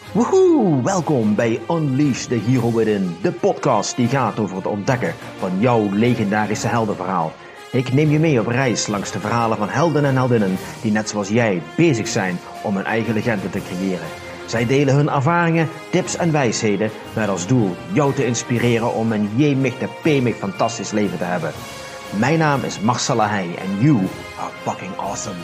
Woehoe, welkom bij Unleash the Hero Within, de podcast die gaat over het ontdekken van jouw legendarische heldenverhaal. Ik neem je mee op reis langs de verhalen van helden en heldinnen die net zoals jij bezig zijn om hun eigen legende te creëren. Zij delen hun ervaringen, tips en wijsheden met als doel jou te inspireren om een jemig de pemig fantastisch leven te hebben. Mijn naam is Marcella Heij en you are fucking awesome.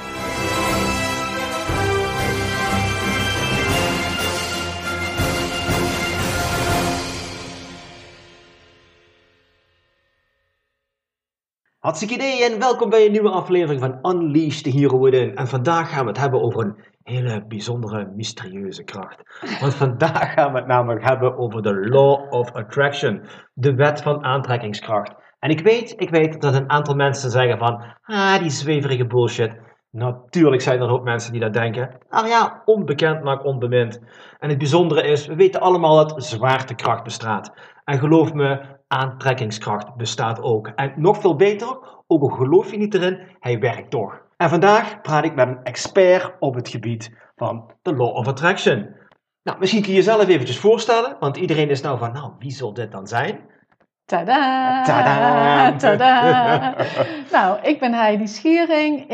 Hartstikke idee en welkom bij een nieuwe aflevering van Unleash the Hero Within. En vandaag gaan we het hebben over een hele bijzondere, mysterieuze kracht. Want vandaag gaan we het namelijk hebben over de Law of Attraction. De wet van aantrekkingskracht. En ik weet dat een aantal mensen zeggen van, die zweverige bullshit. Natuurlijk zijn er ook mensen die dat denken. Nou ja, onbekend maakt onbemind. En het bijzondere is, we weten allemaal dat zwaartekracht bestaat. En geloof me, aantrekkingskracht bestaat ook. En nog veel beter, ook al geloof je niet erin, hij werkt toch. En vandaag praat ik met een expert op het gebied van de Law of Attraction. Nou, misschien kun je jezelf eventjes voorstellen, want iedereen is nou van, wie zal dit dan zijn? Tadaa! Tadaa! Tadaa! Nou, ik ben Heidi Schiering.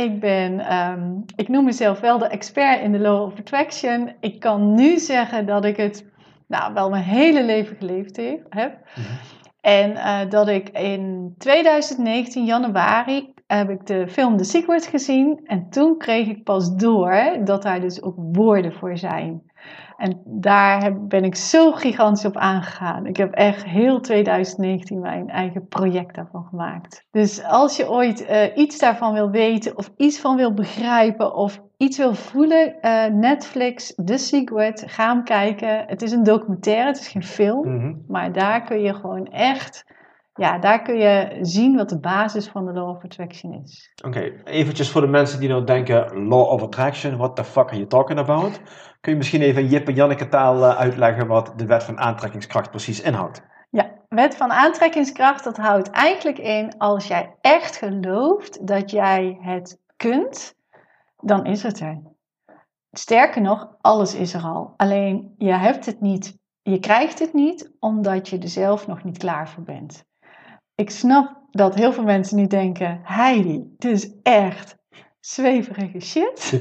Ik noem mezelf wel de expert in de Law of Attraction. Ik kan nu zeggen dat ik het wel mijn hele leven geleefd heb. Mm-hmm. En dat ik in 2019, januari, heb ik de film The Secret gezien. En toen kreeg ik pas door dat daar dus ook woorden voor zijn. En daar ben ik zo gigantisch op aangegaan. Ik heb echt heel 2019 mijn eigen project daarvan gemaakt. Dus als je ooit iets daarvan wil weten of iets van wil begrijpen of iets wil voelen, Netflix, The Secret, ga hem kijken. Het is een documentaire, het is geen film. Mm-hmm. Maar daar kun je gewoon echt, daar kun je zien wat de basis van de Law of Attraction is. Oké, eventjes voor de mensen die nou denken, Law of Attraction, what the fuck are you talking about? Kun je misschien even in Jip en Janneke taal uitleggen wat de wet van aantrekkingskracht precies inhoudt? Ja, wet van aantrekkingskracht, dat houdt eigenlijk in, als jij echt gelooft dat jij het kunt, dan is het er. Sterker nog, alles is er al. Alleen, je hebt het niet, je krijgt het niet, omdat je er zelf nog niet klaar voor bent. Ik snap dat heel veel mensen nu denken, Heidi, dit is echt zweverige shit.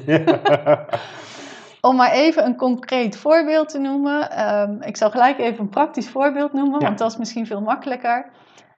Om maar even een concreet voorbeeld te noemen. Ik zal gelijk even een praktisch voorbeeld noemen, want dat is misschien veel makkelijker.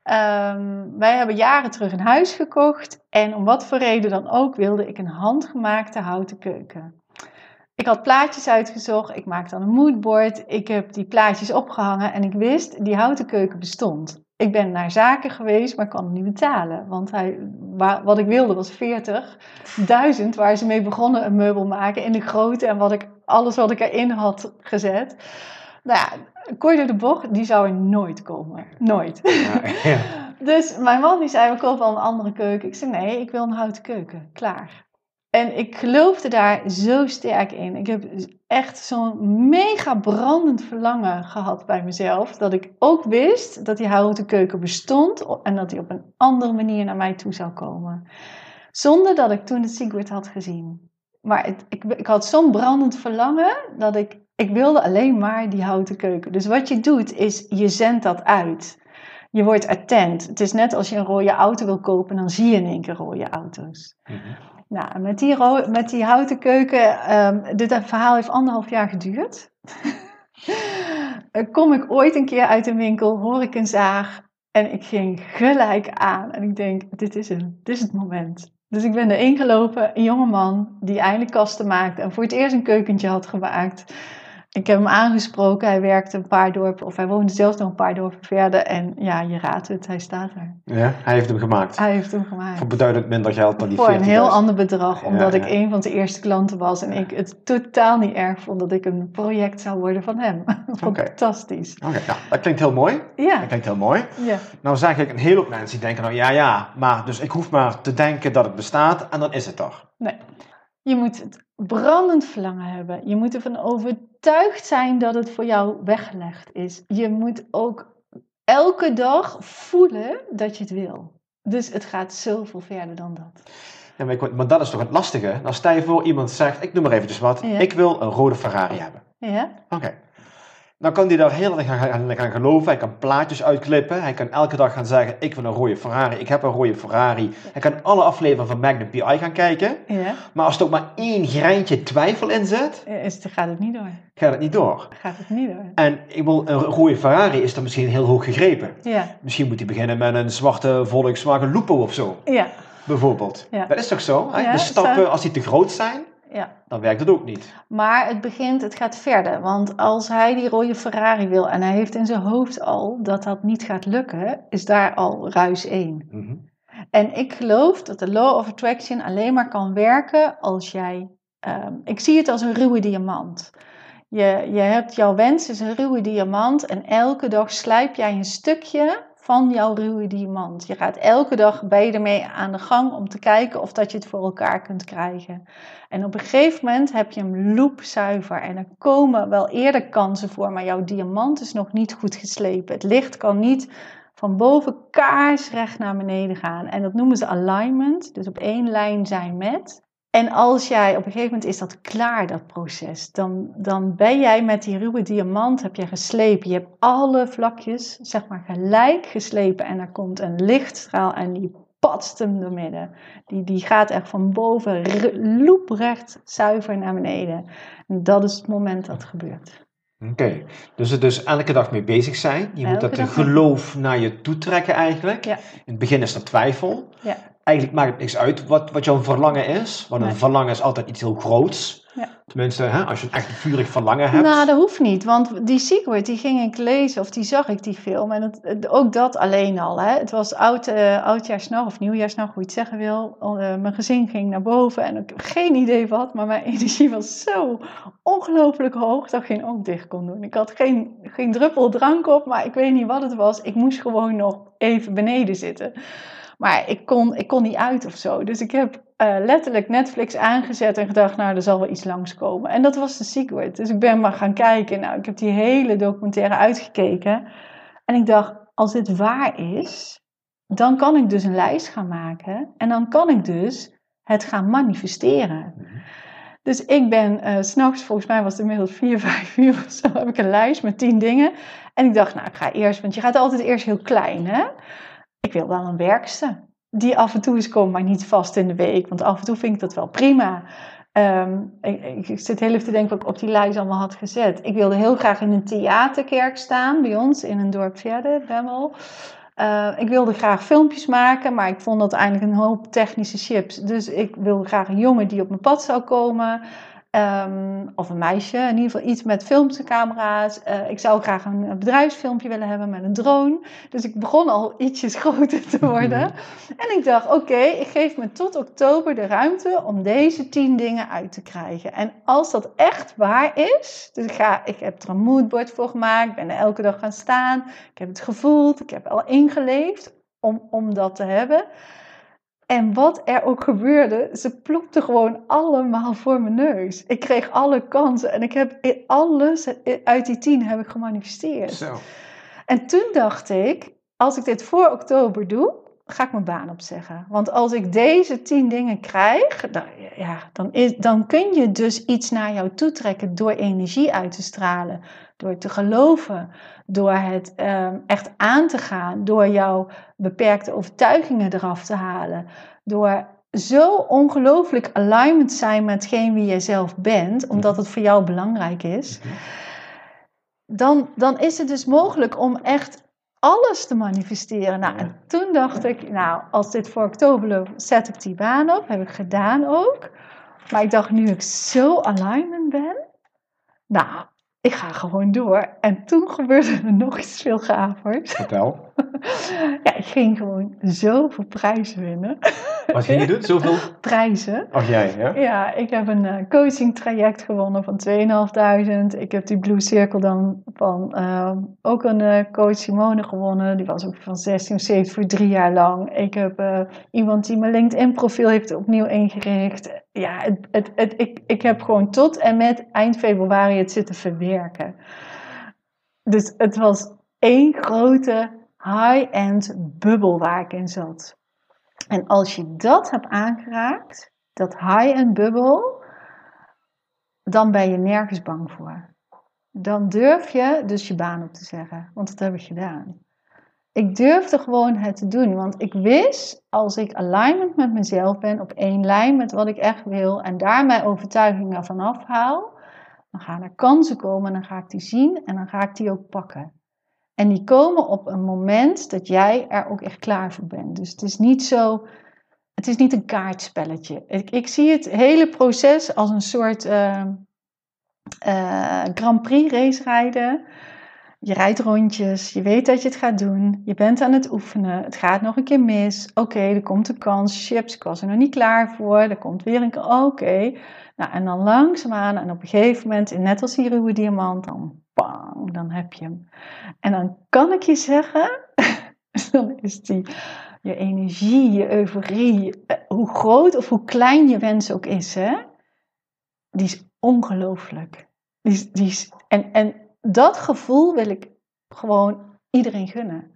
Wij hebben jaren terug een huis gekocht en om wat voor reden dan ook wilde ik een handgemaakte houten keuken. Ik had plaatjes uitgezocht, ik maakte dan een moodboard, ik heb die plaatjes opgehangen en ik wist, die houten keuken bestond. Ik ben naar zaken geweest, maar ik kon hem niet betalen. Want wat ik wilde was 40.000 waar ze mee begonnen een meubel maken in de grootte en alles wat ik erin had gezet. Nou ja, kooi door de bocht, die zou er nooit komen. Nooit. Ja. Dus mijn man die zei, we kopen al een andere keuken. Ik zei, nee, ik wil een houten keuken. Klaar. En ik geloofde daar zo sterk in. Ik heb echt zo'n mega brandend verlangen gehad bij mezelf. Dat ik ook wist dat die houten keuken bestond. En dat die op een andere manier naar mij toe zou komen. Zonder dat ik toen The Secret had gezien. Maar ik had zo'n brandend verlangen dat ik wilde alleen maar die houten keuken. Dus wat je doet is, je zendt dat uit. Je wordt attent. Het is net als je een rode auto wil kopen, dan zie je in één keer rode auto's. Mm-hmm. Nou, met die houten keuken, dit verhaal heeft 1,5 jaar geduurd. Kom ik ooit een keer uit een winkel, hoor ik een zaag en ik ging gelijk aan. En ik denk, dit is hem, dit is het moment. Dus ik ben erin gelopen, een jongeman die eindelijk kasten maakte en voor het eerst een keukentje had gemaakt. Ik heb hem aangesproken, hij werkte een paar dorpen, of hij woonde zelfs nog een paar dorpen verder. En ja, je raadt het, hij staat er. Ja, hij heeft hem gemaakt. Hij heeft hem gemaakt. Voor beduidend minder geld dan die 40.000. Voor een heel ander bedrag, omdat ik een van de eerste klanten was. En ik het totaal niet erg vond dat ik een project zou worden van hem. Fantastisch. Oké, nou, dat klinkt heel mooi. Ja. Dat klinkt heel mooi. Ja. Nou zeg ik een hele hoop mensen die denken, maar dus ik hoef maar te denken dat het bestaat en dan is het er. Nee. Je moet het brandend verlangen hebben. Je moet ervan overtuigd zijn dat het voor jou weggelegd is. Je moet ook elke dag voelen dat je het wil. Dus het gaat zoveel verder dan dat. Ja, maar dat is toch het lastige? Nou, stel je voor iemand zegt, ik noem maar eventjes wat, ik wil een rode Ferrari hebben. Ja? Oké. Dan kan hij daar heel erg gaan geloven. Hij kan plaatjes uitklippen. Hij kan elke dag gaan zeggen, ik wil een rode Ferrari. Ik heb een rode Ferrari. Hij kan alle afleveringen van Magnum P.I. gaan kijken. Ja? Maar als er ook maar één greintje twijfel in zit, Gaat het niet door. gaat het niet door. Gaat het niet door. En een rode Ferrari is dan misschien heel hoog gegrepen. Ja. Misschien moet hij beginnen met een zwarte Volkswagen Lupo of zo. Ja. Bijvoorbeeld. Ja. Dat is toch zo? Hè? Ja, De stappen, zo. als die te groot zijn, Ja. dan werkt het ook niet. Maar het gaat verder. Want als hij die rode Ferrari wil en hij heeft in zijn hoofd al dat niet gaat lukken, is daar al ruis 1. Mm-hmm. En ik geloof dat de Law of Attraction alleen maar kan werken als jij... ik zie het als een ruwe diamant. Je hebt jouw wens is een ruwe diamant en elke dag slijp jij een stukje van jouw ruwe diamant. Je gaat elke dag bij je ermee aan de gang om te kijken of dat je het voor elkaar kunt krijgen. En op een gegeven moment heb je hem loepzuiver en er komen wel eerder kansen voor, maar jouw diamant is nog niet goed geslepen. Het licht kan niet van boven kaarsrecht naar beneden gaan. En dat noemen ze alignment, dus op één lijn zijn met. En als jij, op een gegeven moment is dat klaar, dat proces. Dan ben jij met die ruwe diamant, heb je geslepen. Je hebt alle vlakjes, zeg maar, gelijk geslepen. En er komt een lichtstraal en die patst hem door midden. Die gaat echt van boven loeprecht zuiver naar beneden. En dat is het moment dat gebeurt. Oké, dus er dus elke dag mee bezig zijn. Je moet dat geloof naar je toe trekken eigenlijk. Ja. In het begin is er twijfel. Ja. Eigenlijk maakt het niks uit wat jouw verlangen is. Want een verlangen is altijd iets heel groots. Ja. Tenminste, als je een echt vurig verlangen hebt. Nou, dat hoeft niet. Want die Secret, die ging ik lezen. Of die zag ik, die film. En ook dat alleen al. Hè. Het was oudjaarsnacht of nieuwjaarsnacht, hoe je het zeggen wil. Mijn gezin ging naar boven. En ik heb geen idee wat. Maar mijn energie was zo ongelooflijk hoog. Dat ik geen oog dicht kon doen. Ik had geen druppel drank op. Maar ik weet niet wat het was. Ik moest gewoon nog even beneden zitten. Maar ik kon niet uit of zo. Dus ik heb letterlijk Netflix aangezet en gedacht, nou, er zal wel iets langskomen. En dat was The Secret. Dus ik ben maar gaan kijken. Nou, ik heb die hele documentaire uitgekeken. En ik dacht, als dit waar is, dan kan ik dus een lijst gaan maken. En dan kan ik dus het gaan manifesteren. Dus ik ben 's nachts, volgens mij was het inmiddels 4, 5 uur of zo, heb ik een lijst met 10 dingen. En ik dacht, nou, ik ga eerst, want je gaat altijd eerst heel klein, hè. Ik wil wel een werkster die af en toe eens komt, maar niet vast in de week. Want af en toe vind ik dat wel prima. Ik zit heel even te denken wat ik op die lijst allemaal had gezet. Ik wilde heel graag in een theaterkerk staan, bij ons in een dorp verder, Bemmel. Ik wilde graag filmpjes maken, maar ik vond dat eigenlijk een hoop technische chips. Dus ik wilde graag een jongen die op mijn pad zou komen. Of een meisje, in ieder geval iets met films en camera's. Ik zou graag een bedrijfsfilmpje willen hebben met een drone. Dus ik begon al ietsjes groter te worden. En ik dacht, oké, ik geef me tot oktober de ruimte om deze 10 dingen uit te krijgen. En als dat echt waar is, dus ik heb er een moodboard voor gemaakt, ben er elke dag gaan staan. Ik heb het gevoeld, ik heb al ingeleefd om dat te hebben. En wat er ook gebeurde, ze plopten gewoon allemaal voor mijn neus. Ik kreeg alle kansen en ik heb alles uit die 10 heb ik gemanifesteerd. Zo. En toen dacht ik, als ik dit voor oktober doe, ga ik mijn baan opzeggen. Want als ik deze 10 dingen krijg, dan kun je dus iets naar jou toe trekken door energie uit te stralen. Door te geloven, door het echt aan te gaan, door jouw beperkte overtuigingen eraf te halen. Door zo ongelooflijk alignment te zijn met hetgeen wie jij zelf bent, omdat het voor jou belangrijk is. Dan is het dus mogelijk om echt alles te manifesteren. Nou, en toen dacht ik, nou, als dit voor oktober loopt, zet ik die baan op. Heb ik gedaan ook. Maar ik dacht, nu ik zo alignment ben, nou, ik ga gewoon door. En toen gebeurde er nog iets veel gavers. Vertel. Ja, ik ging gewoon zoveel prijzen winnen. Wat ging je doen? Zoveel? Prijzen. Ach jij, ja? Ja, ik heb een coaching traject gewonnen van 2.500. Ik heb die Blue Circle dan van ook een coach Simone gewonnen. Die was ook van 16 of 17 voor 3 jaar lang. Ik heb iemand die mijn LinkedIn profiel heeft opnieuw ingericht. Ja, ik heb gewoon tot en met eind februari het zitten verwerken. Dus het was één grote high-end bubbel waar ik in zat. En als je dat hebt aangeraakt, dat high-end bubbel, dan ben je nergens bang voor. dan durf je dus je baan op te zeggen. Want dat heb ik gedaan. Ik durfde gewoon het te doen. Want ik wist, als ik alignment met mezelf ben, op één lijn met wat ik echt wil, en daar mijn overtuigingen van afhaal, dan gaan er kansen komen en dan ga ik die zien en dan ga ik die ook pakken. En die komen op een moment dat jij er ook echt klaar voor bent. Dus het is niet zo, het is niet een kaartspelletje. Ik zie het hele proces als een soort Grand Prix race rijden. Je rijdt rondjes, je weet dat je het gaat doen, je bent aan het oefenen, het gaat nog een keer mis. Oké, er komt een kans, chips, ik was er nog niet klaar voor, er komt weer een kans, oké. Nou, en dan langzaamaan en op een gegeven moment, net als die ruwe diamant, dan bang, dan heb je hem. En dan kan ik je zeggen, dan is je energie, je euforie, hoe groot of hoe klein je wens ook is, hè, die is ongelooflijk. En dat gevoel wil ik gewoon iedereen gunnen.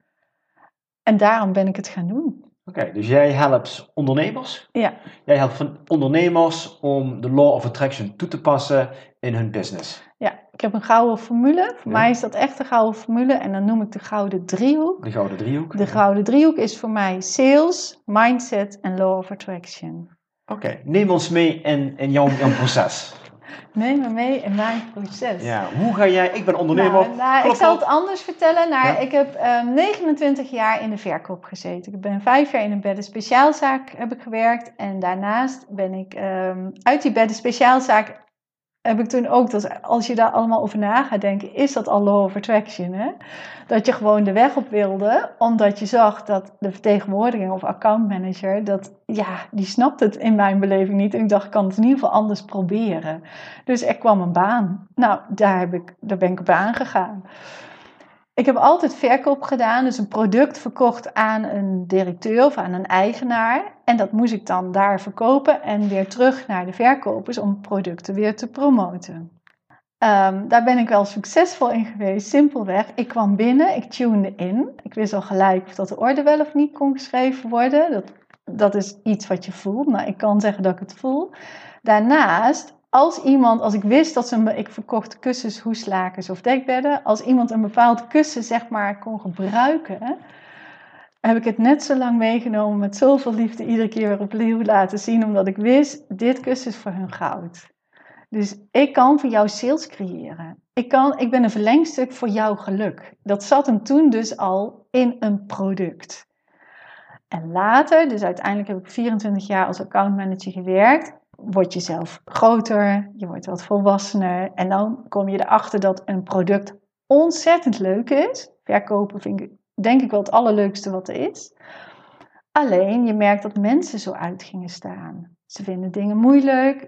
En daarom ben ik het gaan doen. Oké, dus jij helpt ondernemers. Ja. Jij helpt van ondernemers om de Law of Attraction toe te passen in hun business. Ja, ik heb een gouden formule. Voor mij is dat echt een gouden formule. En dan noem ik de gouden driehoek. De gouden driehoek. De gouden driehoek is voor mij sales, mindset en Law of Attraction. Oké, neem ons mee in jouw proces. Neem me mee in mijn proces. Ja, hoe ga jij, ik ben ondernemer. Ik zal het anders vertellen. Ik heb 29 jaar in de verkoop gezeten. Ik ben 5 jaar in een bedden speciaalzaak heb ik gewerkt. En daarnaast ben ik uit die bedden speciaalzaak heb ik toen ook, dat als je daar allemaal over na gaat denken, is dat al Law of Attraction, hè? Dat je gewoon de weg op wilde, omdat je zag dat de vertegenwoordiging of accountmanager, die snapt het in mijn beleving niet. En ik dacht, ik kan het in ieder geval anders proberen. Dus er kwam een baan. Nou, daar ben ik op aangegaan. Ik heb altijd verkoop gedaan, dus een product verkocht aan een directeur of aan een eigenaar. En dat moest ik dan daar verkopen en weer terug naar de verkopers om producten weer te promoten. Daar ben ik wel succesvol in geweest, simpelweg. Ik kwam binnen, ik tunede in. Ik wist al gelijk of dat de orde wel of niet kon geschreven worden. Dat is iets wat je voelt. Nou, ik kan zeggen dat ik het voel. Daarnaast, als ik wist dat ik verkocht kussens, hoeslakens of dekbedden. Als iemand een bepaald kussen zeg maar kon gebruiken, heb ik het net zo lang meegenomen met zoveel liefde iedere keer weer opnieuw laten zien. Omdat ik wist, dit kussen is voor hun goud. Dus ik kan voor jou sales creëren. Ik ben een verlengstuk voor jouw geluk. Dat zat hem toen dus al in een product. En later, dus uiteindelijk heb ik 24 jaar als accountmanager gewerkt. Word je zelf groter, je wordt wat volwassener. En dan kom je erachter dat een product ontzettend leuk is. Verkopen vind ik denk ik wel het allerleukste wat er is. Alleen, je merkt dat mensen zo uit gingen staan. Ze vinden dingen moeilijk,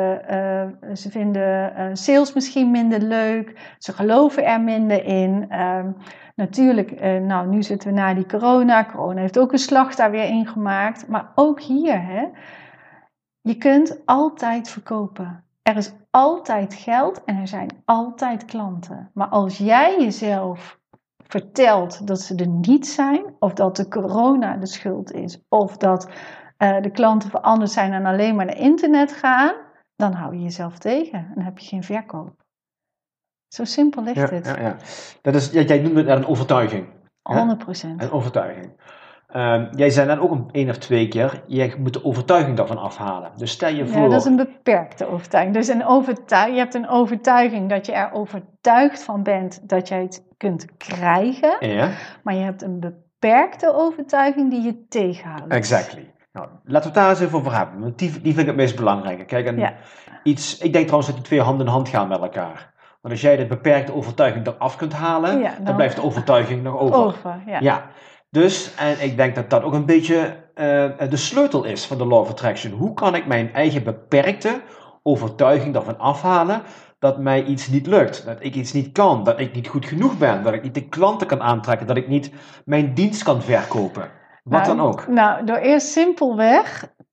ze vinden sales misschien minder leuk, ze geloven er minder in. Natuurlijk, nu zitten we na die corona. Corona heeft ook een slag daar weer in gemaakt. Maar ook hier, hè, je kunt altijd verkopen. Er is altijd geld en er zijn altijd klanten. Maar als jij jezelf vertelt dat ze er niet zijn, of dat de corona de schuld is, of dat de klanten veranderd zijn en alleen maar naar internet gaan, dan hou je jezelf tegen en dan heb je geen verkoop. Zo simpel ligt het. Ja. Dat is, jij noemt het een overtuiging. 100%. Een overtuiging. Jij zei net ook 1 of 2 keer, je moet de overtuiging daarvan afhalen. Dus stel je voor... Ja, dat is een beperkte overtuiging. Dus je hebt een overtuiging dat je er overtuigd van bent dat jij het kunt krijgen. Ja. Maar je hebt een beperkte overtuiging die je tegenhoudt. Exactly. Nou, laten we het daar eens even over hebben. Want die vind ik het meest belangrijke. Kijk, ik denk trouwens dat die 2 hand in hand gaan met elkaar. Want als jij de beperkte overtuiging eraf kunt halen, dan blijft de overtuiging nog over. Ja. Dus, en ik denk dat dat ook een beetje de sleutel is van de Law of Attraction. Hoe kan ik mijn eigen beperkte overtuiging ervan afhalen dat mij iets niet lukt, dat ik iets niet kan, dat ik niet goed genoeg ben, dat ik niet de klanten kan aantrekken, dat ik niet mijn dienst kan verkopen. Wat dan ook. Nou, door eerst simpelweg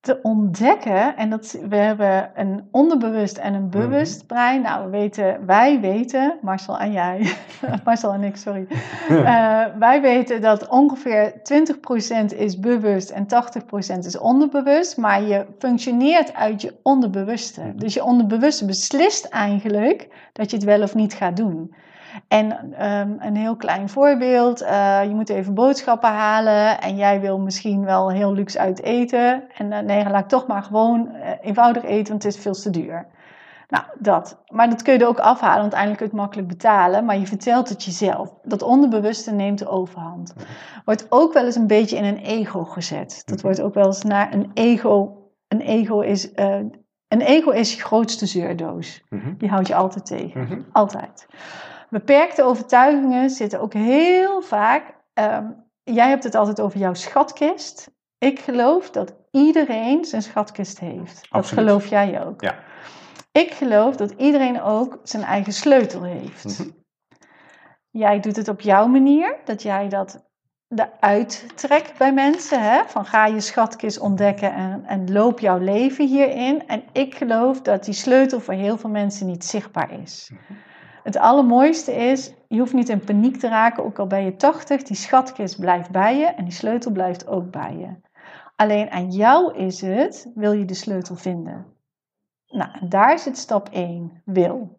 te ontdekken. En we hebben een onderbewust en een bewust brein. Nou, wij weten, Marcel en jij, Marcel en ik, sorry. Wij weten dat ongeveer 20% is bewust en 80% is onderbewust. Maar je functioneert uit je onderbewuste. Dus je onderbewuste beslist eigenlijk dat je het wel of niet gaat doen. En een heel klein voorbeeld, je moet even boodschappen halen en jij wil misschien wel heel luxe uit eten. En nee, laat ik toch maar gewoon eenvoudig eten, want het is veel te duur. Nou, dat. Maar dat kun je er ook afhalen, want uiteindelijk kun je het makkelijk betalen. Maar je vertelt het jezelf. Dat onderbewuste neemt de overhand. Wordt ook wel eens een beetje in een ego gezet. Dat wordt ook wel eens naar een ego. Een ego is je grootste zeurdoos. Die houd je altijd tegen. Altijd. Beperkte overtuigingen zitten ook heel vaak. Jij hebt het altijd over jouw schatkist. Ik geloof dat iedereen zijn schatkist heeft. Dat geloof jij ook. Ja. Ik geloof dat iedereen ook zijn eigen sleutel heeft. Jij doet het op jouw manier. Dat jij dat eruit trekt bij mensen. Hè? Van ga je schatkist ontdekken en loop jouw leven hierin. En ik geloof dat die sleutel voor heel veel mensen niet zichtbaar is. Het allermooiste is, je hoeft niet in paniek te raken, ook al ben je 80, die schatkist blijft bij je en die sleutel blijft ook bij je. Alleen aan jou is het, wil je de sleutel vinden? Nou, en daar zit stap 1, wil.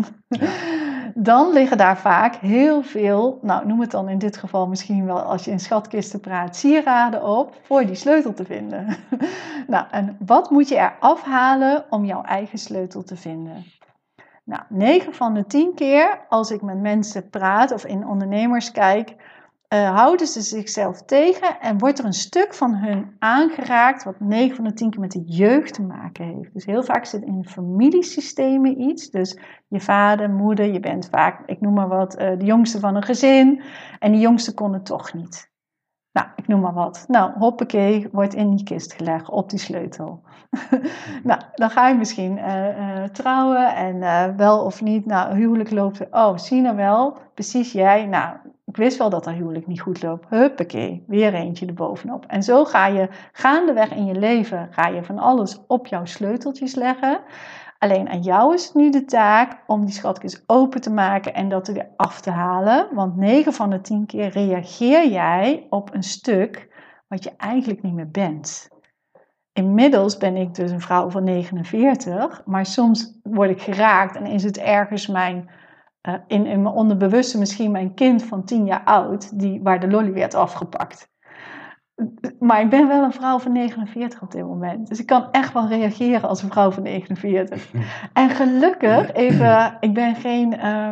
Dan liggen daar vaak heel veel, nou noem het dan in dit geval misschien wel als je in schatkisten praat, sieraden op voor die sleutel te vinden. Nou, en wat moet je er afhalen om jouw eigen sleutel te vinden? Nou, 9 van de 10 keer als ik met mensen praat of in ondernemers kijk, houden ze zichzelf tegen en wordt er een stuk van hun aangeraakt wat 9 van de 10 keer met de jeugd te maken heeft. Dus heel vaak zit in familiesystemen iets. Dus je vader, moeder, je bent vaak, ik noem maar wat, de jongste van een gezin en die jongste kon het toch niet. Nou, ik noem maar wat. Nou, hoppakee, wordt in die kist gelegd op die sleutel. Nou, dan ga je misschien trouwen en wel of niet. Nou, huwelijk loopt. Oh, zie nou wel, precies jij. Nou, ik wist wel dat dat huwelijk niet goed loopt. Huppakee, weer eentje erbovenop. En zo ga je gaandeweg in je leven, ga je van alles op jouw sleuteltjes leggen. Alleen aan jou is het nu de taak om die schatkist open te maken en dat er weer af te halen. Want 9 van de 10 keer reageer jij op een stuk wat je eigenlijk niet meer bent. Inmiddels ben ik dus een vrouw van 49, maar soms word ik geraakt en is het ergens in mijn onderbewuste misschien mijn kind van 10 jaar oud, waar de lolly werd afgepakt. Maar ik ben wel een vrouw van 49 op dit moment. Dus ik kan echt wel reageren als een vrouw van 49. En gelukkig, ik ben geen...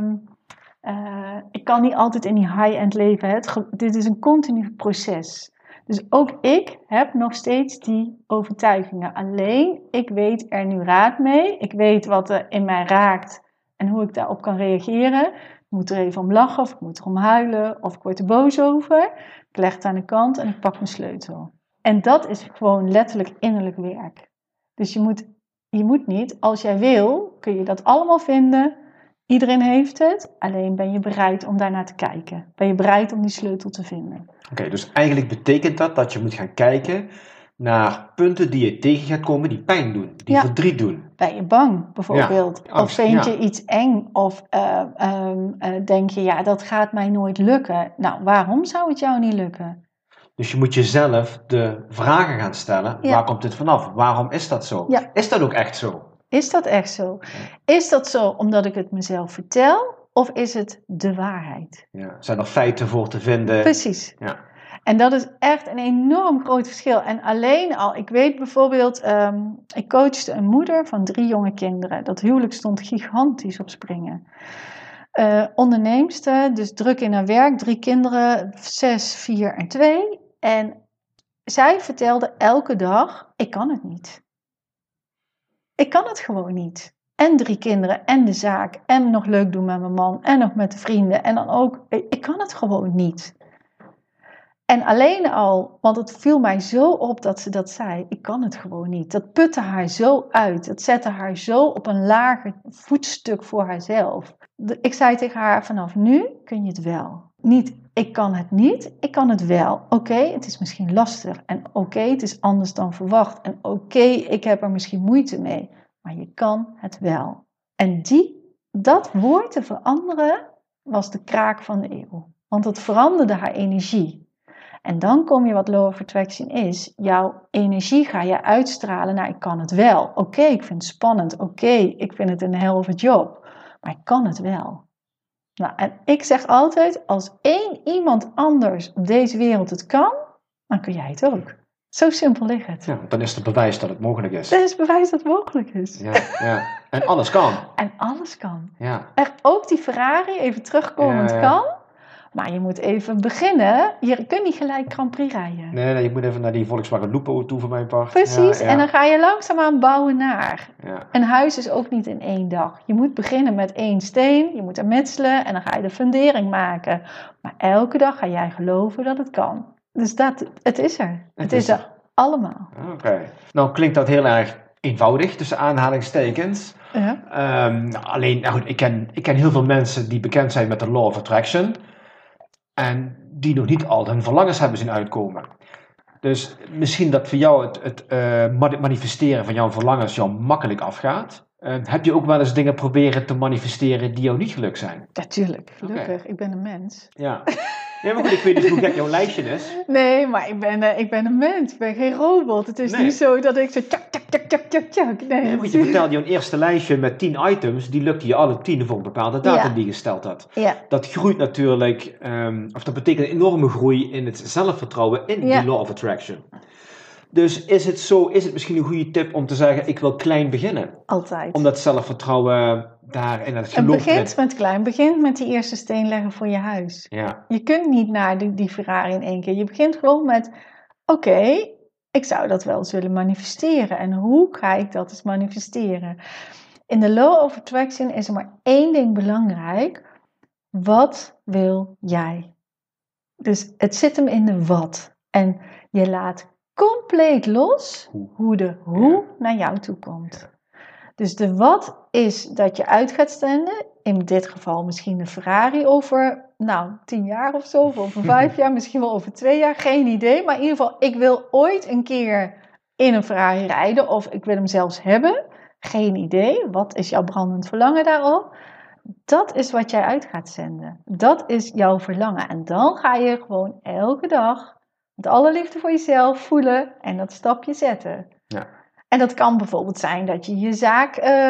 ik kan niet altijd in die high-end leven. Dit is een continu proces. Dus ook ik heb nog steeds die overtuigingen. Alleen, ik weet er nu raad mee. Ik weet wat er in mij raakt en hoe ik daarop kan reageren. Ik moet er even om lachen of ik moet erom huilen of ik word er boos over. Ik leg het aan de kant en ik pak mijn sleutel. En dat is gewoon letterlijk innerlijk werk. Dus je moet niet, als jij wil, kun je dat allemaal vinden. Iedereen heeft het, alleen ben je bereid om daarnaar te kijken. Ben je bereid om die sleutel te vinden. Oké, dus eigenlijk betekent dat je moet gaan kijken naar punten die je tegen gaat komen die pijn doen, die verdriet doen. Ben je bang bijvoorbeeld? Ja, of vind je iets eng? Of denk je, dat gaat mij nooit lukken. Nou, waarom zou het jou niet lukken? Dus je moet jezelf de vragen gaan stellen. Ja. Waar komt dit vanaf? Waarom is dat zo? Ja. Is dat ook echt zo? Is dat echt zo? Is dat zo omdat ik het mezelf vertel? Of is het de waarheid? Ja. Zijn er feiten voor te vinden? Precies. Ja. En dat is echt een enorm groot verschil. En alleen al, ik weet bijvoorbeeld, ik coachte een moeder van 3 jonge kinderen. Dat huwelijk stond gigantisch op springen. Onderneemster, dus druk in haar werk, 3 kinderen, 6, 4 en 2. En zij vertelde elke dag, ik kan het niet. Ik kan het gewoon niet. En 3 kinderen en de zaak en nog leuk doen met mijn man en nog met de vrienden. En dan ook, ik kan het gewoon niet. En alleen al, want het viel mij zo op dat ze dat zei, ik kan het gewoon niet. Dat putte haar zo uit, dat zette haar zo op een lager voetstuk voor haarzelf. Ik zei tegen haar, vanaf nu kun je het wel. Niet ik kan het niet, ik kan het wel. Oké, het is misschien lastig. En oké, het is anders dan verwacht. En oké, ik heb er misschien moeite mee. Maar je kan het wel. En dat woord te veranderen was de kraak van de eeuw. Want het veranderde haar energie. En dan kom je wat Law of Attraction is. Jouw energie ga je uitstralen naar ik kan het wel. Oké, ik vind het spannend. Oké, ik vind het een hell of a job. Maar ik kan het wel. Nou, en ik zeg altijd, als één iemand anders op deze wereld het kan, dan kun jij het ook. Zo simpel ligt het. Ja, dan is het bewijs dat het mogelijk is. Dat is bewijs dat het mogelijk is. Ja. En alles kan. En alles kan. Ja. Echt, ook die Ferrari, even terugkomend, kan. Maar je moet even beginnen. Je kunt niet gelijk Grand Prix rijden. Nee, je moet even naar die Volkswagen Lupo toe van mijn part. Precies, en dan ga je langzaamaan bouwen naar. Ja. Een huis is ook niet in 1 dag. Je moet beginnen met 1 steen, je moet er metselen en dan ga je de fundering maken. Maar elke dag ga jij geloven dat het kan. Dus het is er. Het is er allemaal. Oké. Nou klinkt dat heel erg eenvoudig, tussen aanhalingstekens. Ja. Alleen, nou goed, ik ken heel veel mensen die bekend zijn met de Law of Attraction. En die nog niet al hun verlangens hebben zien uitkomen. Dus misschien dat voor jou het manifesteren van jouw verlangens jou makkelijk afgaat. Heb je ook wel eens dingen proberen te manifesteren die jou niet gelukt zijn? Natuurlijk, gelukkig. Ik ben een mens. Ja. Ja, maar goed, ik weet niet hoe gek jouw lijstje is. Nee, maar ik ben een mens. Ik ben geen robot. Het is niet zo dat ik zo tjak. Nee, goed, je vertelde jouw eerste lijstje met 10 items. Die lukte je alle 10 voor een bepaalde datum die je gesteld had. Ja. Dat groeit natuurlijk, of dat betekent een enorme groei in het zelfvertrouwen in die Law of Attraction. Dus is het misschien een goede tip om te zeggen, ik wil klein beginnen? Altijd. Om dat zelfvertrouwen daarin het geloof. Het begint met klein. Begint met die eerste steen leggen voor je huis. Ja. Je kunt niet naar die Ferrari in 1 keer. Je begint gewoon met, oké, ik zou dat wel eens willen manifesteren. En hoe ga ik dat eens manifesteren? In de Law of Attraction is er maar 1 ding belangrijk. Wat wil jij? Dus het zit hem in de wat. En je laat compleet los hoe de hoe naar jou toe komt. Dus de wat is dat je uit gaat zenden. In dit geval misschien een Ferrari over 10 jaar of zo. Of over 5 jaar, misschien wel over 2 jaar. Geen idee. Maar in ieder geval, ik wil ooit een keer in een Ferrari rijden. Of ik wil hem zelfs hebben. Geen idee. Wat is jouw brandend verlangen daarop? Dat is wat jij uit gaat zenden. Dat is jouw verlangen. En dan ga je gewoon elke dag met alle liefde voor jezelf voelen en dat stapje zetten. Ja. En dat kan bijvoorbeeld zijn dat je zaak,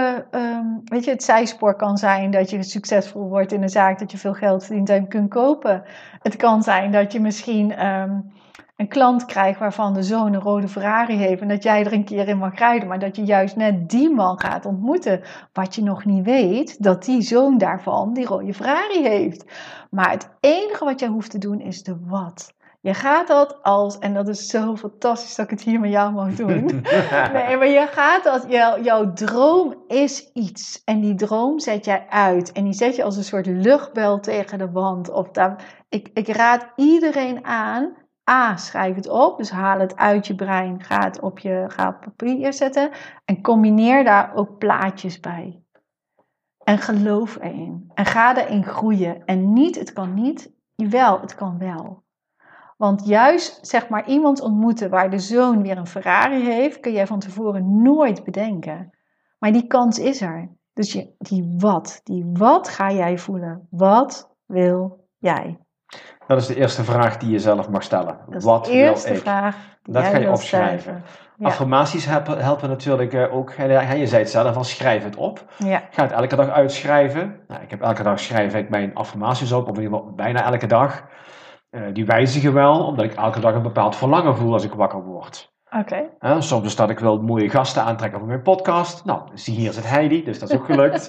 het zijspoor kan zijn dat je succesvol wordt in een zaak, dat je veel geld verdient en kunt kopen. Het kan zijn dat je misschien een klant krijgt waarvan de zoon een rode Ferrari heeft en dat jij er een keer in mag rijden, maar dat je juist net die man gaat ontmoeten. Wat je nog niet weet, dat die zoon daarvan die rode Ferrari heeft. Maar het enige wat jij hoeft te doen is de wat. Je gaat dat en dat is zo fantastisch dat ik het hier met jou mag doen. Nee, maar je gaat jouw droom is iets. En die droom zet jij uit. En die zet je als een soort luchtbel tegen de wand. Ik raad iedereen aan, schrijf het op. Dus haal het uit je brein, ga het op papier zetten. En combineer daar ook plaatjes bij. En geloof erin. En ga erin groeien. En niet, het kan niet, jawel, het kan wel. Want juist, iemand ontmoeten waar de zoon weer een Ferrari heeft, kun jij van tevoren nooit bedenken. Maar die kans is er. Dus die wat ga jij voelen? Wat wil jij? Dat is de eerste vraag die je zelf mag stellen. Dat is wat de eerste wil ik? vraag die dat jij ga je wilt opschrijven. Ja. Affirmaties helpen natuurlijk ook. Je zei het zelf al, schrijf het op. Ja. Ga het elke dag uitschrijven. Nou, ik heb elke dag schrijf ik mijn affirmaties op, of in ieder geval bijna elke dag. Die wijzigen wel, omdat ik elke dag een bepaald verlangen voel als ik wakker word. Oké. Soms is dat ik wil mooie gasten aantrekken voor mijn podcast. Nou, hier zit Heidi, dus dat is ook gelukt.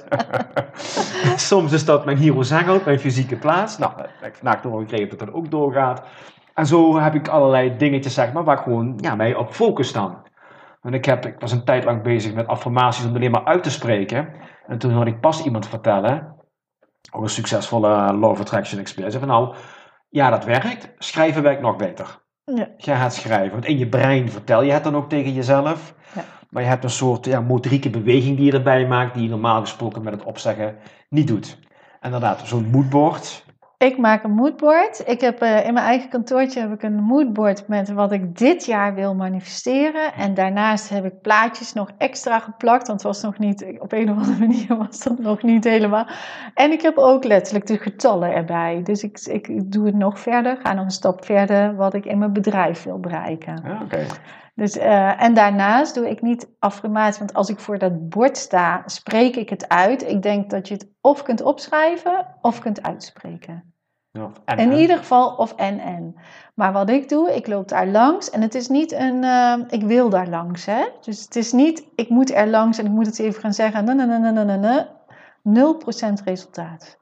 Soms is dat mijn Hero Hangout, mijn fysieke plaats. Nou, dat heb ik vandaag toch wel gekregen dat dat ook doorgaat. En zo heb ik allerlei dingetjes, waar ik gewoon mij op focus dan. En ik was een tijd lang bezig met affirmaties om alleen maar uit te spreken. En toen hoorde ik pas iemand vertellen, ook een succesvolle Law of Attraction expert, zei van ja, dat werkt. Schrijven werkt nog beter. Ja. Ga het schrijven. Want in je brein vertel je het dan ook tegen jezelf. Ja. Maar je hebt een soort motorieke beweging die je erbij maakt, die je normaal gesproken met het opzeggen niet doet. En inderdaad, zo'n moodboard, Ik maak een moodboard. Ik heb in mijn eigen kantoortje heb ik een moodboard met wat ik dit jaar wil manifesteren. En daarnaast heb ik plaatjes nog extra geplakt, want het was nog niet, op een of andere manier was dat nog niet helemaal. En ik heb ook letterlijk de getallen erbij. Dus ik doe het nog verder, ga nog een stap verder wat ik in mijn bedrijf wil bereiken. Ja, oké. Dus, en daarnaast doe ik niet affirmatie, want als ik voor dat bord sta, spreek ik het uit. Ik denk dat je het of kunt opschrijven of kunt uitspreken. Ja, In ieder geval of en. Maar wat ik doe, ik loop daar langs en het is niet een, ik wil daar langs. Hè? Dus het is niet, ik moet er langs en ik moet het even gaan zeggen. Nee. 0% resultaat.